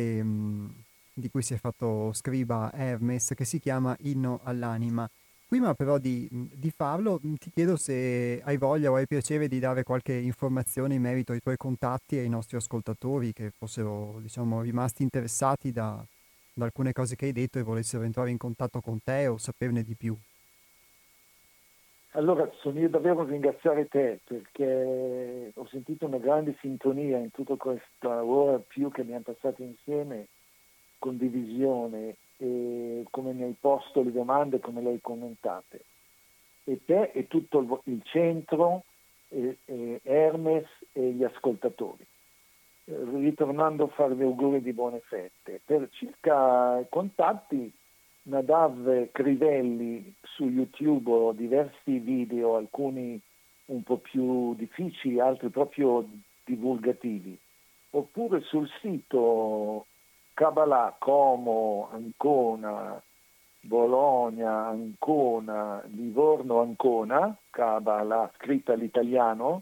[SPEAKER 1] di cui si è fatto scriba Hermes, che si chiama Inno all'anima. Prima però di farlo, ti chiedo se hai voglia o hai piacere di dare qualche informazione in merito ai tuoi contatti e ai nostri ascoltatori che fossero, diciamo, rimasti interessati da alcune cose che hai detto e volessero entrare in contatto con te o saperne di più.
[SPEAKER 2] Allora, sono io davvero a ringraziare te, perché ho sentito una grande sintonia in tutta questa ora più che abbiamo passato insieme, condivisione, e come mi hai posto le domande, come le hai commentate. E te e tutto centro, Hermes e gli ascoltatori. Ritornando a farvi auguri di buone feste. Per circa i contatti, Nadav Crivelli su YouTube ho diversi video, alcuni un po' più difficili, altri proprio divulgativi, oppure sul sito Kabbalah, Como, Ancona, Bologna, Ancona, Livorno, Ancona, Kabbalah scritta all'italiano,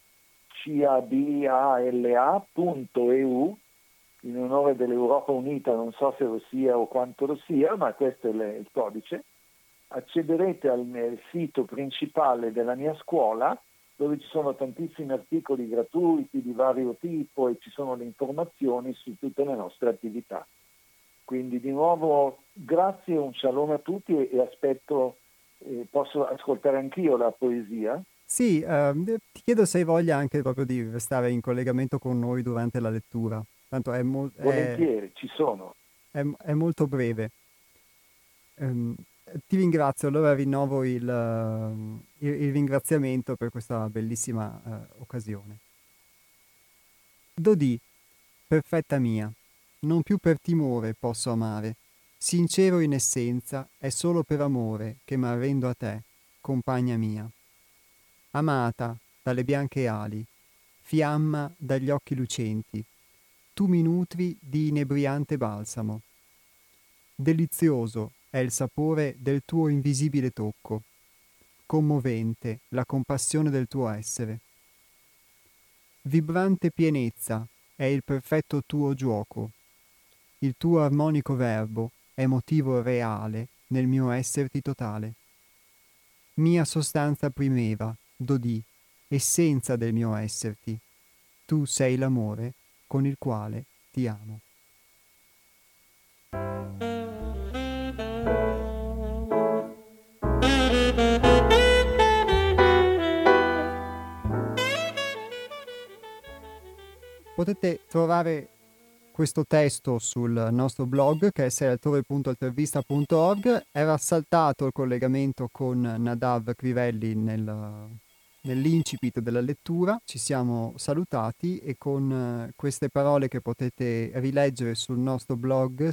[SPEAKER 2] cabala.eu, in onore dell'Europa Unita, non so se lo sia o quanto lo sia, ma questo è il codice. Accederete al sito principale della mia scuola, dove ci sono tantissimi articoli gratuiti di vario tipo e ci sono le informazioni su tutte le nostre attività. Quindi di nuovo grazie, un shalom a tutti, e aspetto, posso ascoltare anch'io la poesia?
[SPEAKER 1] Sì, ti chiedo se hai voglia anche proprio di restare in collegamento con noi durante la lettura. Tanto
[SPEAKER 2] Volentieri, ci sono.
[SPEAKER 1] è molto breve. Ti ringrazio, allora rinnovo il ringraziamento per questa bellissima occasione. Dodì, perfetta mia, non più per timore posso amare, sincero in essenza è solo per amore che m'arrendo a te, compagna mia. Amata dalle bianche ali, fiamma dagli occhi lucenti, tu mi nutri di inebriante balsamo. Delizioso è il sapore del tuo invisibile tocco, commovente la compassione del tuo essere. Vibrante pienezza è il perfetto tuo giuoco, il tuo armonico verbo è motivo reale nel mio esserti totale. Mia sostanza primeva, dodì, essenza del mio esserti, tu sei l'amore con il quale ti amo. Potete trovare questo testo sul nostro blog che è seialtrove.altervista.org. Era saltato il collegamento con Nadav Crivelli nell'incipit della lettura. Ci siamo salutati e con queste parole che potete rileggere sul nostro blog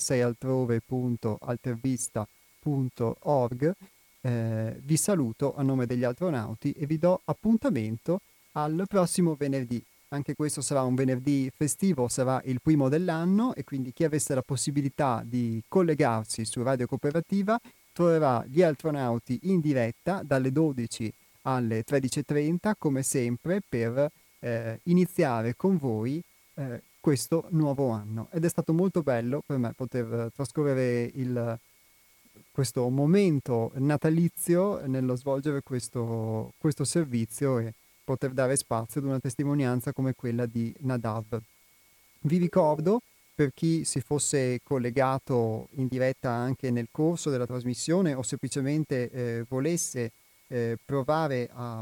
[SPEAKER 1] seialtrove.altervista.org vi saluto a nome degli astronauti e vi do appuntamento al prossimo venerdì. Anche questo sarà un venerdì festivo, sarà il primo dell'anno e quindi chi avesse la possibilità di collegarsi su Radio Cooperativa troverà gli astronauti in diretta dalle 12 alle 13.30 come sempre per iniziare con voi questo nuovo anno. Ed è stato molto bello per me poter trascorrere questo momento natalizio nello svolgere questo servizio e poter dare spazio ad una testimonianza come quella di Nadav. Vi ricordo, per chi si fosse collegato in diretta anche nel corso della trasmissione o semplicemente volesse provare a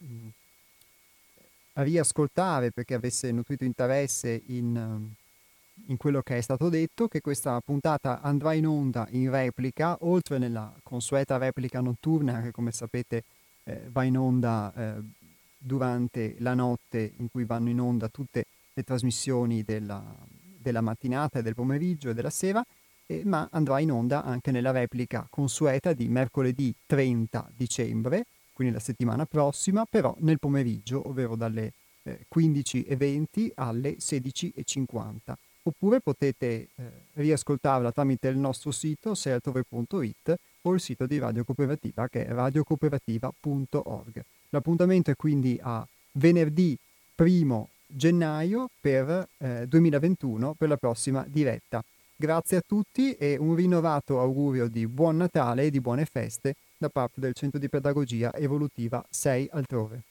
[SPEAKER 1] riascoltare perché avesse nutrito interesse in quello che è stato detto, che questa puntata andrà in onda in replica, oltre nella consueta replica notturna che come sapete va in onda durante la notte in cui vanno in onda tutte le trasmissioni della mattinata e del pomeriggio e della sera, ma andrà in onda anche nella replica consueta di mercoledì 30 dicembre, quindi la settimana prossima, però nel pomeriggio, ovvero dalle 15:20 alle 16:50. Oppure potete riascoltarla tramite il nostro sito seialtrove.it o il sito di Radio Cooperativa che è radiocooperativa.org. L'appuntamento è quindi a venerdì 1 gennaio per 2021 per la prossima diretta. Grazie a tutti e un rinnovato augurio di buon Natale e di buone feste da parte del Centro di Pedagogia Evolutiva 6 Altrove.